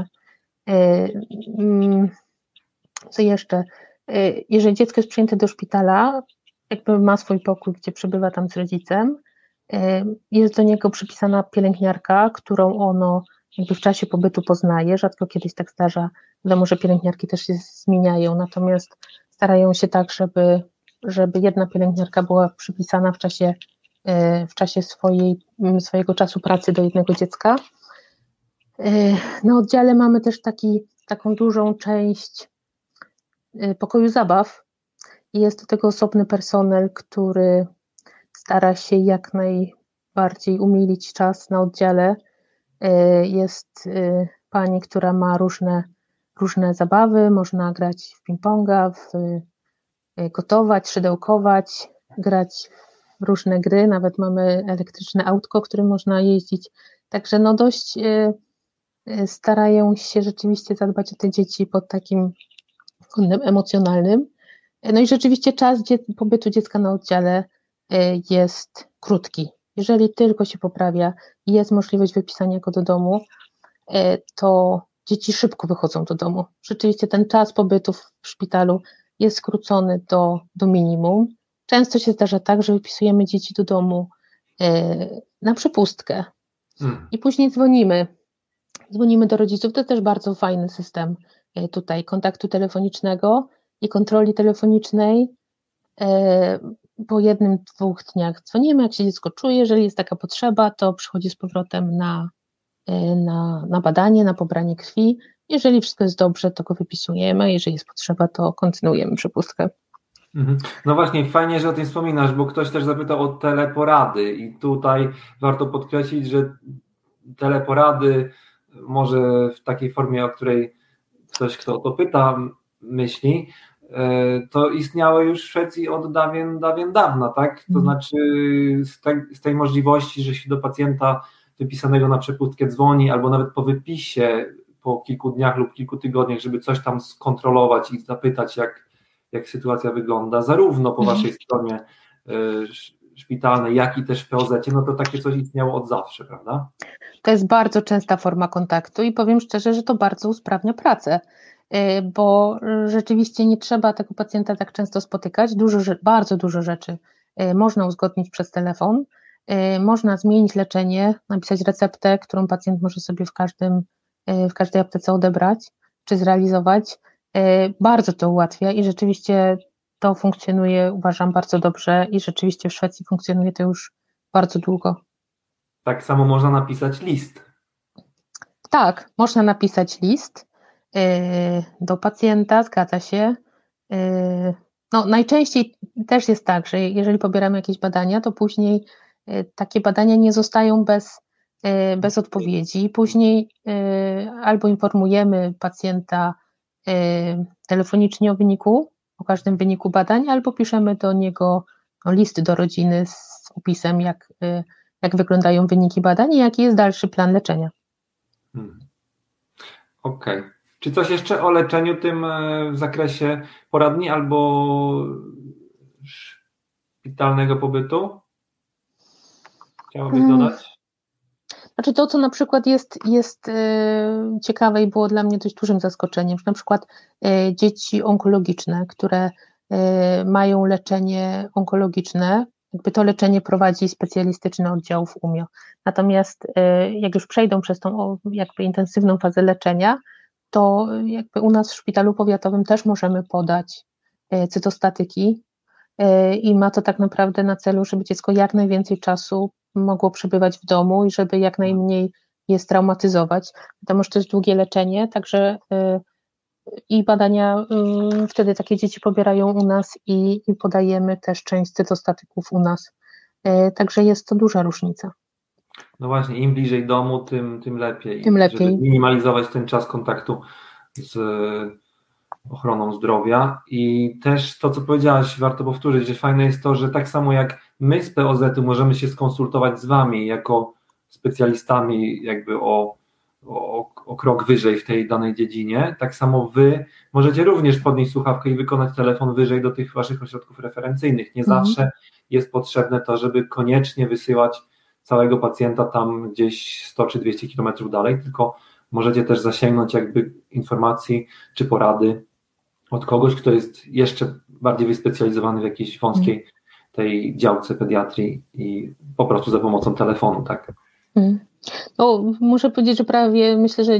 Speaker 3: Co jeszcze? Jeżeli dziecko jest przyjęte do szpitala, jakby ma swój pokój, gdzie przebywa tam z rodzicem, jest do niego przypisana pielęgniarka, którą ono jakby w czasie pobytu poznaje, rzadko kiedyś tak zdarza, wiadomo, że pielęgniarki też się zmieniają, natomiast starają się tak, żeby jedna pielęgniarka była przypisana w czasie swojego czasu pracy do jednego dziecka. Na oddziale mamy też taką dużą część pokoju zabaw i jest do tego osobny personel, który stara się jak najbardziej umilić czas na oddziale. Jest pani, która ma różne zabawy, można grać w ping-ponga, gotować, szydełkować, grać w różne gry, nawet mamy elektryczne autko, którym można jeździć, także no dość starają się rzeczywiście zadbać o te dzieci pod takim kątem emocjonalnym. No i rzeczywiście czas pobytu dziecka na oddziale jest krótki. Jeżeli tylko się poprawia i jest możliwość wypisania go do domu, to dzieci szybko wychodzą do domu. Rzeczywiście ten czas pobytu w szpitalu jest skrócony do minimum. Często się zdarza tak, że wypisujemy dzieci do domu na przepustkę i później dzwonimy do rodziców. To też bardzo fajny system tutaj kontaktu telefonicznego i kontroli telefonicznej. Po 1-2 dniach dzwonimy, jak się dziecko czuje, jeżeli jest taka potrzeba, to przychodzi z powrotem na badanie, na pobranie krwi. Jeżeli wszystko jest dobrze, to go wypisujemy, jeżeli jest potrzeba, to kontynuujemy przepustkę.
Speaker 2: No właśnie, fajnie, że o tym wspominasz, bo ktoś też zapytał o teleporady i tutaj warto podkreślić, że teleporady może w takiej formie, o której ktoś, kto o to pyta, myśli, to istniało już w Szwecji od dawien dawna, tak? To znaczy z tej możliwości, że się do pacjenta wypisanego na przepustkę dzwoni, albo nawet po wypisie po kilku dniach lub kilku tygodniach, żeby coś tam skontrolować i zapytać, jak sytuacja wygląda, zarówno po waszej stronie szpitalnej, jak i też w POZ-cie, no to takie coś istniało od zawsze, prawda?
Speaker 3: To jest bardzo częsta forma kontaktu i powiem szczerze, że to bardzo usprawnia pracę, bo rzeczywiście nie trzeba tego pacjenta tak często spotykać, bardzo dużo rzeczy można uzgodnić przez telefon, można zmienić leczenie, napisać receptę, którą pacjent może sobie w każdej aptece odebrać czy zrealizować. Bardzo to ułatwia i rzeczywiście to funkcjonuje, uważam, bardzo dobrze i rzeczywiście w Szwecji funkcjonuje to już bardzo długo.
Speaker 2: Tak samo można napisać list.
Speaker 3: Tak, można napisać list do pacjenta, zgadza się. No, najczęściej też jest tak, że jeżeli pobieramy jakieś badania, to później takie badania nie zostają bez odpowiedzi. Później albo informujemy pacjenta telefonicznie o każdym wyniku badań, albo piszemy do niego list do rodziny z opisem, jak wyglądają wyniki badań i jaki jest dalszy plan leczenia.
Speaker 2: Okej. Czy coś jeszcze o leczeniu tym w zakresie poradni albo szpitalnego pobytu? Chciałabyś dodać?
Speaker 3: Znaczy to, co na przykład jest ciekawe i było dla mnie dość dużym zaskoczeniem, że na przykład dzieci onkologiczne, które mają leczenie onkologiczne, jakby to leczenie prowadzi specjalistyczny oddział w UMIO. Natomiast jak już przejdą przez tą jakby intensywną fazę leczenia, to jakby u nas w szpitalu powiatowym też możemy podać cytostatyki i ma to tak naprawdę na celu, żeby dziecko jak najwięcej czasu mogło przebywać w domu i żeby jak najmniej je straumatyzować. Wiadomo, że to jest długie leczenie, także i badania wtedy takie dzieci pobierają u nas i podajemy też część cytostatyków u nas. Także jest to duża różnica.
Speaker 2: No właśnie, im bliżej domu, tym lepiej.
Speaker 3: Tym lepiej.
Speaker 2: Żeby minimalizować ten czas kontaktu z ochroną zdrowia. I też to, co powiedziałaś, warto powtórzyć, że fajne jest to, że tak samo jak my z POZ-u możemy się skonsultować z wami jako specjalistami jakby o krok wyżej w tej danej dziedzinie, tak samo wy możecie również podnieść słuchawkę i wykonać telefon wyżej do tych waszych ośrodków referencyjnych. Nie zawsze jest potrzebne to, żeby koniecznie wysyłać całego pacjenta tam gdzieś 100 czy 200 kilometrów dalej, tylko możecie też zasięgnąć jakby informacji czy porady od kogoś, kto jest jeszcze bardziej wyspecjalizowany w jakiejś wąskiej tej działce pediatrii i po prostu za pomocą telefonu, tak?
Speaker 3: No, muszę powiedzieć, że myślę, że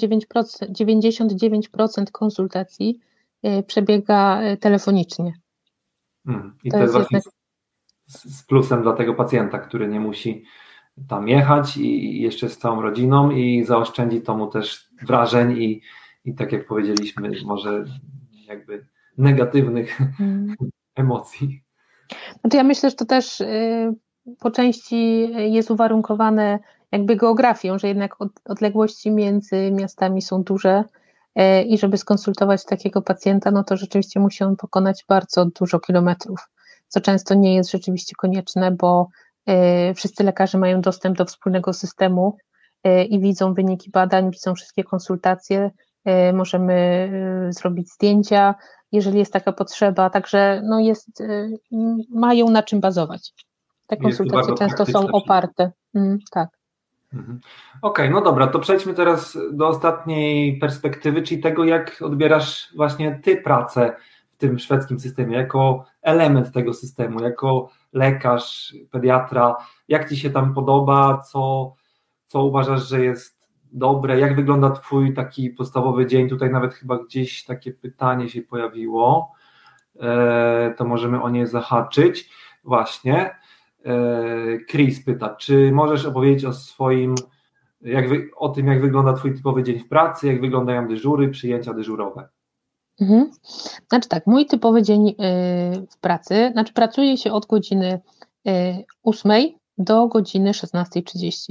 Speaker 3: 99% konsultacji przebiega telefonicznie.
Speaker 2: I to jest właśnie z plusem dla tego pacjenta, który nie musi tam jechać i jeszcze z całą rodziną i zaoszczędzi to mu też wrażeń i tak jak powiedzieliśmy, może jakby negatywnych emocji.
Speaker 3: No to ja myślę, że to też po części jest uwarunkowane jakby geografią, że jednak odległości między miastami są duże i żeby skonsultować takiego pacjenta, no to rzeczywiście musi on pokonać bardzo dużo kilometrów, co często nie jest rzeczywiście konieczne, bo wszyscy lekarze mają dostęp do wspólnego systemu i widzą wyniki badań, widzą wszystkie konsultacje, możemy zrobić zdjęcia, jeżeli jest taka potrzeba, także no mają na czym bazować. Te konsultacje często są oparte. Tak.
Speaker 2: Okej, no dobra, to przejdźmy teraz do ostatniej perspektywy, czyli tego, jak odbierasz właśnie ty pracę w tym szwedzkim systemie, jako element tego systemu, jako lekarz, pediatra, jak ci się tam podoba, co uważasz, że jest dobre, jak wygląda twój taki podstawowy dzień, tutaj nawet chyba gdzieś takie pytanie się pojawiło, to możemy o nie zahaczyć, właśnie. Chris pyta, czy możesz opowiedzieć o tym, jak wygląda twój typowy dzień w pracy, jak wyglądają dyżury, przyjęcia dyżurowe?
Speaker 3: Znaczy tak, mój typowy dzień w pracy, pracuje się od godziny 8 do godziny 16:30.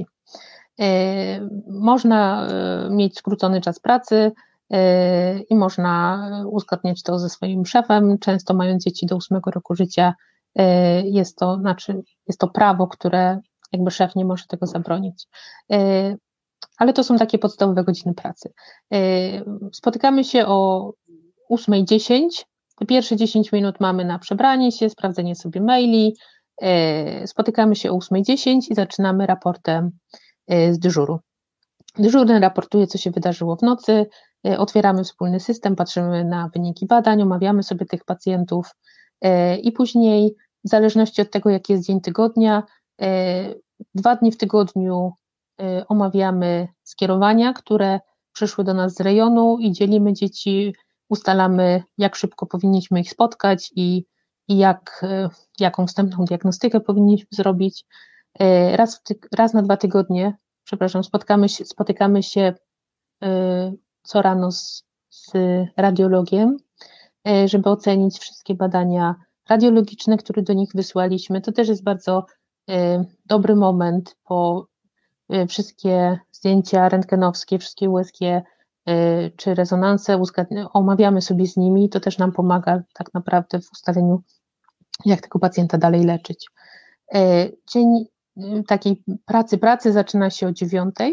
Speaker 3: Można mieć skrócony czas pracy i można uzgadniać to ze swoim szefem, często mając dzieci do 8 roku życia, jest to prawo, które jakby szef nie może tego zabronić. Ale to są takie podstawowe godziny pracy. Spotykamy się o 8:10. Te pierwsze 10 minut mamy na przebranie się, sprawdzenie sobie maili. Spotykamy się o 8:10 i zaczynamy raportem z dyżuru. Dyżurny raportuje, co się wydarzyło w nocy, otwieramy wspólny system, patrzymy na wyniki badań, omawiamy sobie tych pacjentów i później, w zależności od tego, jaki jest dzień tygodnia, 2 dni w tygodniu omawiamy skierowania, które przyszły do nas z rejonu i dzielimy dzieci, ustalamy, jak szybko powinniśmy ich spotkać i jaką wstępną diagnostykę powinniśmy zrobić. Raz na 2 tygodnie, spotykamy się co rano z radiologiem, żeby ocenić wszystkie badania radiologiczne, które do nich wysłaliśmy. To też jest bardzo dobry moment, po wszystkie zdjęcia rentgenowskie, wszystkie USG czy rezonanse omawiamy sobie z nimi, to też nam pomaga tak naprawdę w ustaleniu, jak tego pacjenta dalej leczyć. Dzień takiej pracy zaczyna się o 9:00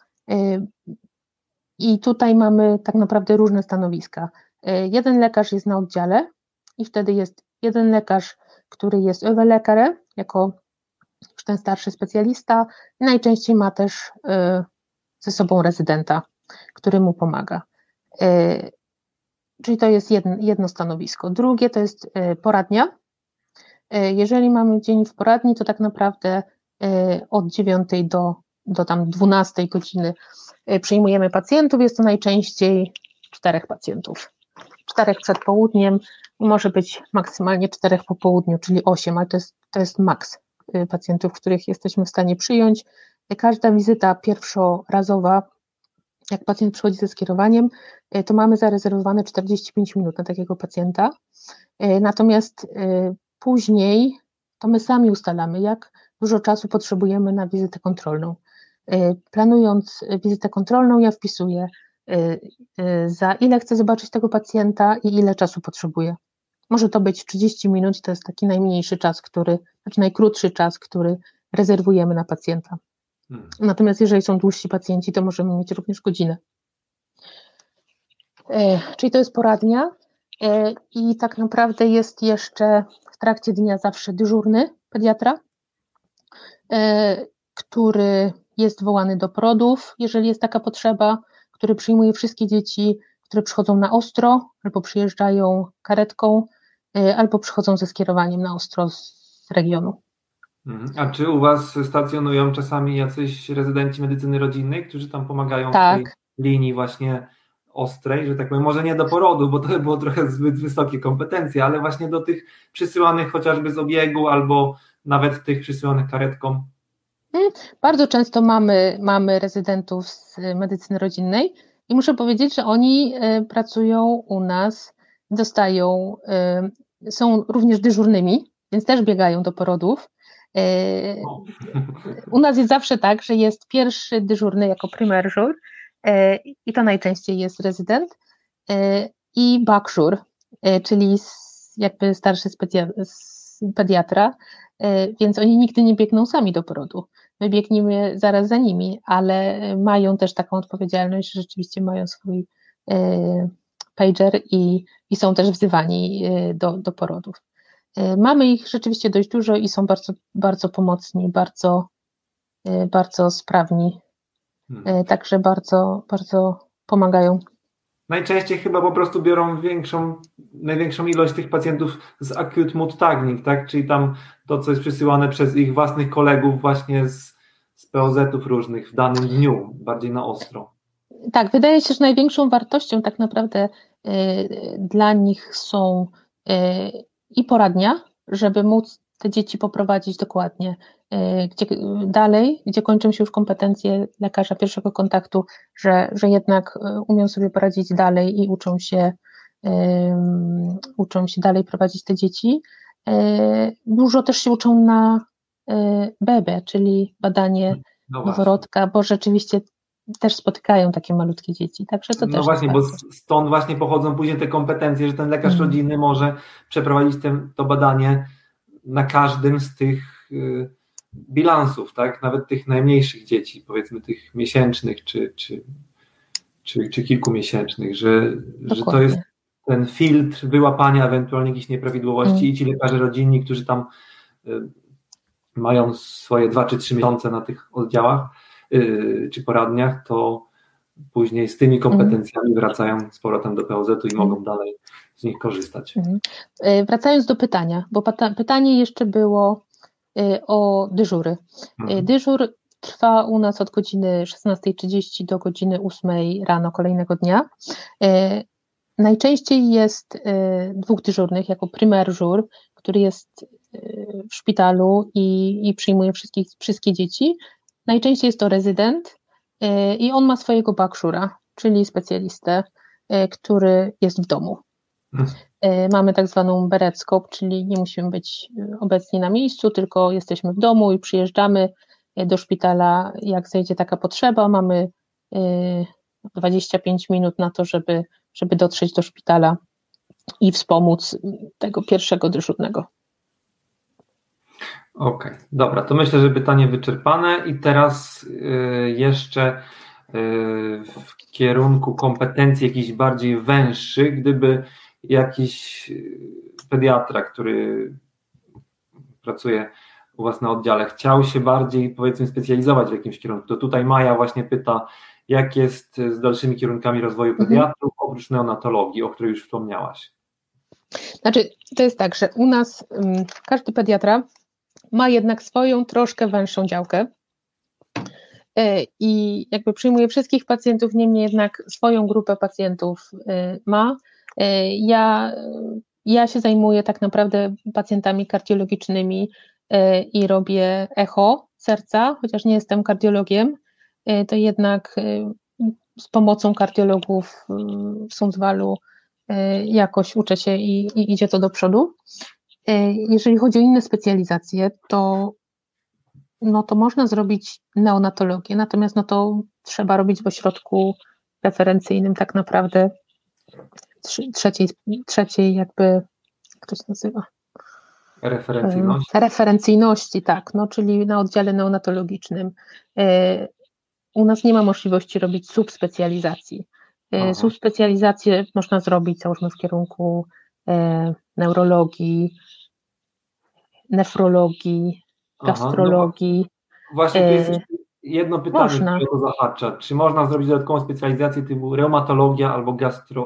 Speaker 3: i tutaj mamy tak naprawdę różne stanowiska. Jeden lekarz jest na oddziale i wtedy jest jeden lekarz, który jest överläkare, jako już ten starszy specjalista, i najczęściej ma też ze sobą rezydenta, który mu pomaga. Czyli to jest jedno stanowisko. Drugie to jest poradnia. Jeżeli mamy dzień w poradni, to tak naprawdę od 9:00 do tam 12:00 godziny przyjmujemy pacjentów. Jest to najczęściej 4 pacjentów. 4 przed południem, może być maksymalnie 4 po południu, czyli 8, ale to jest maks pacjentów, których jesteśmy w stanie przyjąć. Każda wizyta pierwszorazowa, jak pacjent przychodzi ze skierowaniem, to mamy zarezerwowane 45 minut na takiego pacjenta. Natomiast później to my sami ustalamy, jak dużo czasu potrzebujemy na wizytę kontrolną. Planując wizytę kontrolną, ja wpisuję, za ile chcę zobaczyć tego pacjenta i ile czasu potrzebuję. Może to być 30 minut, to jest taki najmniejszy czas, najkrótszy czas, który rezerwujemy na pacjenta. Natomiast jeżeli są dłużsi pacjenci, to możemy mieć również godzinę. Czyli to jest poradnia i tak naprawdę jest jeszcze w trakcie dnia zawsze dyżurny pediatra, który jest wołany do porodów, jeżeli jest taka potrzeba, który przyjmuje wszystkie dzieci, które przychodzą na ostro, albo przyjeżdżają karetką, albo przychodzą ze skierowaniem na ostro z regionu.
Speaker 2: A czy u Was stacjonują czasami jacyś rezydenci medycyny rodzinnej, którzy tam pomagają w tej linii właśnie ostrej, że tak powiem, może nie do porodu, bo to by było trochę zbyt wysokie kompetencje, ale właśnie do tych przysyłanych chociażby z obiegu, albo nawet tych przysyłanych karetką?
Speaker 3: Bardzo często mamy rezydentów z medycyny rodzinnej i muszę powiedzieć, że oni pracują u nas, są również dyżurnymi, więc też biegają do porodów. U nas jest zawsze tak, że jest pierwszy dyżurny jako primaire jour i to najczęściej jest rezydent i bakżur, czyli jakby starszy pediatra, więc oni nigdy nie biegną sami do porodu. My biegniemy zaraz za nimi, ale mają też taką odpowiedzialność, że rzeczywiście mają swój pager i są też wzywani do porodów. Mamy ich rzeczywiście dość dużo i są bardzo, bardzo pomocni, bardzo, bardzo sprawni, także bardzo, bardzo pomagają.
Speaker 2: Najczęściej chyba po prostu biorą największą ilość tych pacjentów z acute mood-tagging, tak? Czyli tam to, co jest przysyłane przez ich własnych kolegów właśnie z POZ-ów różnych w danym dniu, bardziej na ostro.
Speaker 3: Tak, wydaje się, że największą wartością tak naprawdę dla nich są i poradnia, żeby móc te dzieci poprowadzić dokładnie gdzie kończą się już kompetencje lekarza pierwszego kontaktu, że jednak umią sobie poradzić dalej i uczą się dalej prowadzić te dzieci. Dużo też się uczą na BB, czyli badanie noworodka, bo rzeczywiście też spotykają takie malutkie dzieci. Także to też
Speaker 2: właśnie, bo stąd właśnie pochodzą później te kompetencje, że ten lekarz rodzinny może przeprowadzić to badanie na każdym z tych bilansów, tak? Nawet tych najmniejszych dzieci, powiedzmy tych miesięcznych czy kilkumiesięcznych, że to jest ten filtr wyłapania ewentualnie jakichś nieprawidłowości i ci lekarze rodzinni, którzy tam mają swoje 2 czy 3 miesiące na tych oddziałach czy poradniach, to później z tymi kompetencjami wracają z powrotem do POZ-u i mogą dalej z nich korzystać.
Speaker 3: Wracając do pytania, bo pytanie jeszcze było o dyżury. Dyżur trwa u nas od godziny 16:30 do godziny 8 rano kolejnego dnia. Najczęściej jest 2 dyżurnych jako primaire jour, który jest w szpitalu i przyjmuje wszystkie dzieci. Najczęściej jest to rezydent i on ma swojego backshura, czyli specjalistę, który jest w domu. Mamy tak zwaną bereckop, czyli nie musimy być obecni na miejscu, tylko jesteśmy w domu i przyjeżdżamy do szpitala, jak zajdzie taka potrzeba. Mamy 25 minut na to, żeby dotrzeć do szpitala i wspomóc tego pierwszego dyżurnego.
Speaker 2: Okej, dobra, to myślę, że pytanie wyczerpane i teraz jeszcze w kierunku kompetencji jakichś bardziej węższych, gdyby jakiś pediatra, który pracuje u Was na oddziale, chciał się bardziej, powiedzmy, specjalizować w jakimś kierunku, to tutaj Maja właśnie pyta, jak jest z dalszymi kierunkami rozwoju pediatrów, oprócz neonatologii, o której już wspomniałaś.
Speaker 3: Znaczy, to jest tak, że u nas każdy pediatra ma jednak swoją troszkę węższą działkę i jakby przyjmuje wszystkich pacjentów, niemniej jednak swoją grupę pacjentów ma. Ja się zajmuję tak naprawdę pacjentami kardiologicznymi i robię echo serca, chociaż nie jestem kardiologiem, to jednak z pomocą kardiologów w Sundsvallu jakoś uczę się i idzie to do przodu. Jeżeli chodzi o inne specjalizacje, to można zrobić neonatologię, natomiast to trzeba robić w ośrodku referencyjnym tak naprawdę trzeciej jakby, jak to się nazywa? Referencyjności, tak, czyli na oddziale neonatologicznym. U nas nie ma możliwości robić subspecjalizacji. Subspecjalizację można zrobić, załóżmy, w kierunku neurologii, nefrologii, gastrologii.
Speaker 2: Właśnie tu jest jedno pytanie, które to zahacza. Czy można zrobić dodatkową specjalizację typu reumatologia albo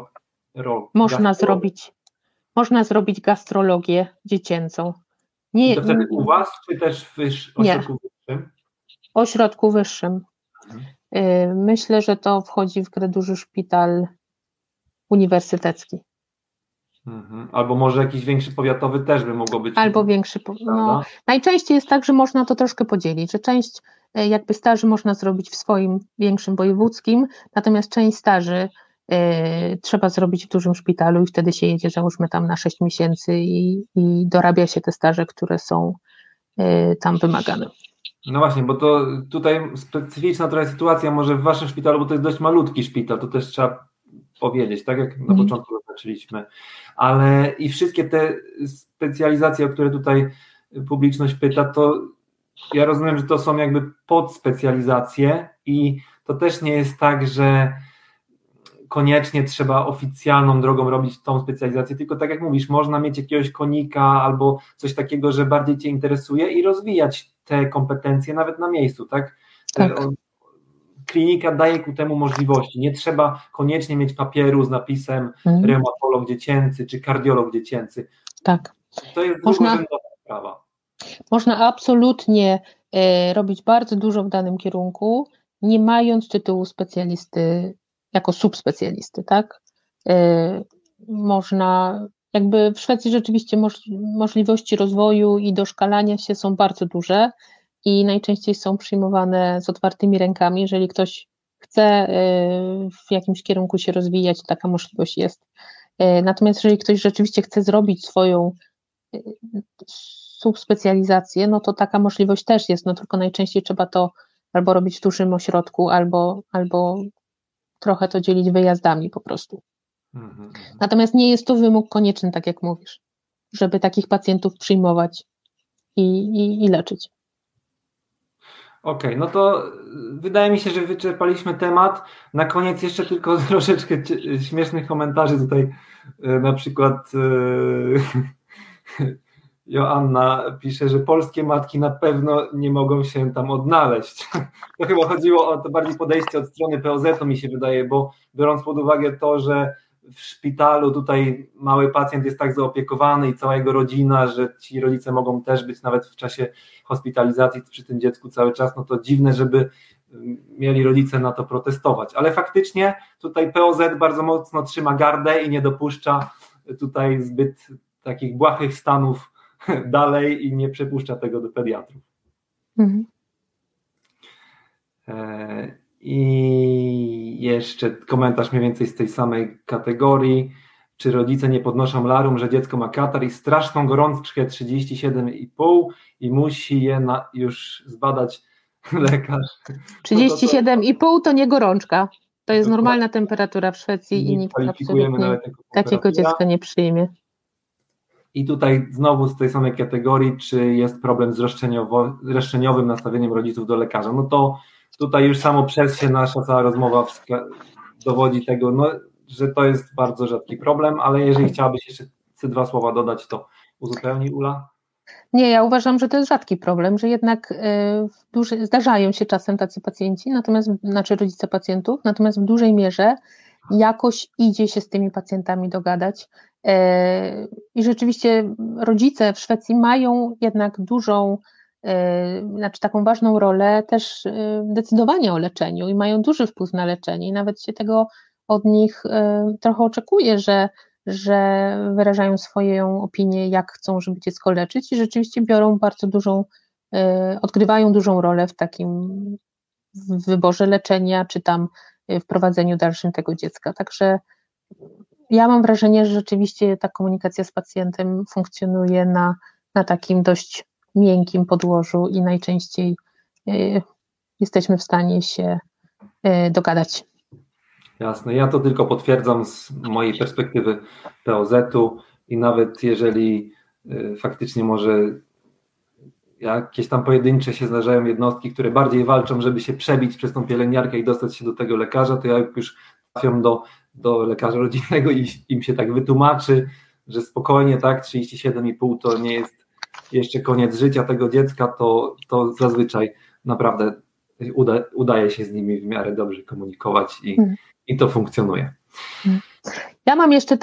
Speaker 3: Można zrobić gastrologię dziecięcą.
Speaker 2: I to wtedy u Was, czy też w ośrodku wyższym?
Speaker 3: Ośrodku wyższym. Myślę, że to wchodzi w grę duży szpital uniwersytecki.
Speaker 2: Albo może jakiś większy powiatowy też by mogło być.
Speaker 3: Albo większy. Najczęściej jest tak, że można to troszkę podzielić, że część jakby staży można zrobić w swoim większym wojewódzkim, natomiast część staży trzeba zrobić w dużym szpitalu i wtedy się jedzie, załóżmy, tam na 6 miesięcy i dorabia się te staże, które są tam wymagane.
Speaker 2: No właśnie, bo to tutaj specyficzna trochę sytuacja może w Waszym szpitalu, bo to jest dość malutki szpital, to też trzeba powiedzieć, tak jak na początku zaczęliśmy, ale i wszystkie te specjalizacje, o które tutaj publiczność pyta, to ja rozumiem, że to są jakby podspecjalizacje i to też nie jest tak, że koniecznie trzeba oficjalną drogą robić tą specjalizację, tylko tak jak mówisz, można mieć jakiegoś konika albo coś takiego, że bardziej Cię interesuje i rozwijać te kompetencje nawet na miejscu, tak? Klinika daje ku temu możliwości, nie trzeba koniecznie mieć papieru z napisem reumatolog dziecięcy czy kardiolog dziecięcy.
Speaker 3: Tak.
Speaker 2: To jest drugorzędowa sprawa.
Speaker 3: Można absolutnie robić bardzo dużo w danym kierunku, nie mając tytułu specjalisty jako subspecjalisty, tak? Można, jakby w Szwecji rzeczywiście możliwości rozwoju i doszkalania się są bardzo duże i najczęściej są przyjmowane z otwartymi rękami. Jeżeli ktoś chce w jakimś kierunku się rozwijać, to taka możliwość jest. Natomiast jeżeli ktoś rzeczywiście chce zrobić swoją subspecjalizację, to taka możliwość też jest, tylko najczęściej trzeba to albo robić w dużym ośrodku, albo trochę to dzielić wyjazdami po prostu. Natomiast nie jest to wymóg konieczny, tak jak mówisz, żeby takich pacjentów przyjmować i leczyć.
Speaker 2: Okej, no to wydaje mi się, że wyczerpaliśmy temat. Na koniec jeszcze tylko troszeczkę śmiesznych komentarzy tutaj. Na przykład Joanna pisze, że polskie matki na pewno nie mogą się tam odnaleźć. To chyba chodziło o to bardziej podejście od strony POZ-u, mi się wydaje, bo biorąc pod uwagę to, że w szpitalu tutaj mały pacjent jest tak zaopiekowany i cała jego rodzina, że ci rodzice mogą też być nawet w czasie hospitalizacji przy tym dziecku cały czas, no to dziwne, żeby mieli rodzice na to protestować. Ale faktycznie tutaj POZ bardzo mocno trzyma gardę i nie dopuszcza tutaj zbyt takich błahych stanów dalej i nie przepuszcza tego do pediatrów. Mhm. I jeszcze komentarz mniej więcej z tej samej kategorii. Czy rodzice nie podnoszą larum, że dziecko ma katar i straszną gorączkę 37,5 i musi je już zbadać lekarz?
Speaker 3: 37,5 to nie gorączka. To jest normalna temperatura w Szwecji i nikt absolutnie takiego dziecka nie przyjmie.
Speaker 2: I tutaj znowu z tej samej kategorii, czy jest problem z roszczeniowym nastawieniem rodziców do lekarza. No to tutaj już samo przez się nasza cała rozmowa dowodzi tego, no, że to jest bardzo rzadki problem, ale jeżeli chciałabyś jeszcze dwa słowa dodać, to uzupełni Ula.
Speaker 3: Nie, ja uważam, że to jest rzadki problem, że jednak zdarzają się czasem tacy pacjenci, znaczy rodzice pacjentów, natomiast w dużej mierze jakoś idzie się z tymi pacjentami dogadać i rzeczywiście rodzice w Szwecji mają jednak dużą, znaczy taką ważną rolę też decydowania o leczeniu i mają duży wpływ na leczenie i nawet się tego od nich trochę oczekuje, że wyrażają swoją opinię, jak chcą, żeby dziecko leczyć i rzeczywiście biorą bardzo dużą, odgrywają dużą rolę w takim wyborze leczenia, czy tam w prowadzeniu dalszym tego dziecka. Także ja mam wrażenie, że rzeczywiście ta komunikacja z pacjentem funkcjonuje na takim dość miękkim podłożu i najczęściej jesteśmy w stanie się dogadać.
Speaker 2: Jasne, ja to tylko potwierdzam z mojej perspektywy POZ-u i nawet jeżeli faktycznie może jakieś tam pojedyncze się zdarzają jednostki, które bardziej walczą, żeby się przebić przez tą pielęgniarkę i dostać się do tego lekarza, to jak już trafią do lekarza rodzinnego i im się tak wytłumaczy, że spokojnie, tak, 37,5 to nie jest jeszcze koniec życia tego dziecka, to zazwyczaj naprawdę udaje się z nimi w miarę dobrze komunikować i to funkcjonuje.
Speaker 3: Ja mam jeszcze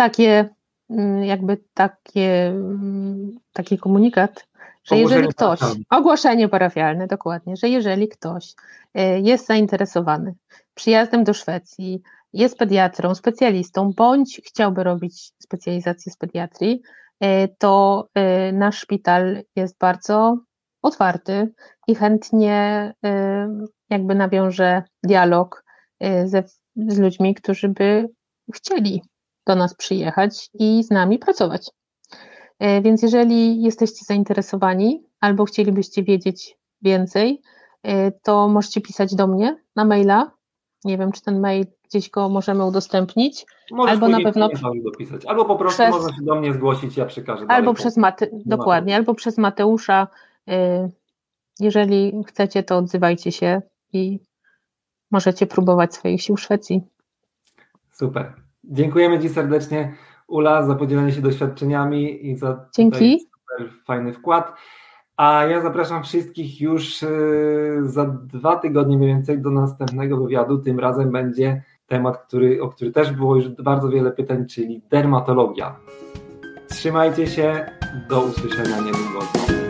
Speaker 3: taki komunikat, że jeżeli ktoś, ogłoszenie parafialne, dokładnie, że jeżeli ktoś jest zainteresowany przyjazdem do Szwecji, jest pediatrą, specjalistą, bądź chciałby robić specjalizację z pediatrii, to nasz szpital jest bardzo otwarty i chętnie jakby nawiąże dialog z ludźmi, którzy by chcieli do nas przyjechać i z nami pracować. Więc jeżeli jesteście zainteresowani albo chcielibyście wiedzieć więcej, to możecie pisać do mnie na maila. Nie wiem, czy ten mail gdzieś go możemy udostępnić.
Speaker 2: Możesz albo na pewno dopisać. Albo po prostu można się do mnie zgłosić, ja przekażę.
Speaker 3: Albo dokładnie, albo przez Mateusza. Jeżeli chcecie, to odzywajcie się i możecie próbować swoich sił w Szwecji.
Speaker 2: Super. Dziękujemy Ci serdecznie, Ula, za podzielenie się doświadczeniami i za super fajny wkład. A ja zapraszam wszystkich już za 2 tygodnie mniej więcej do następnego wywiadu. Tym razem będzie temat, o który też było już bardzo wiele pytań, czyli dermatologia. Trzymajcie się, do usłyszenia niedługo.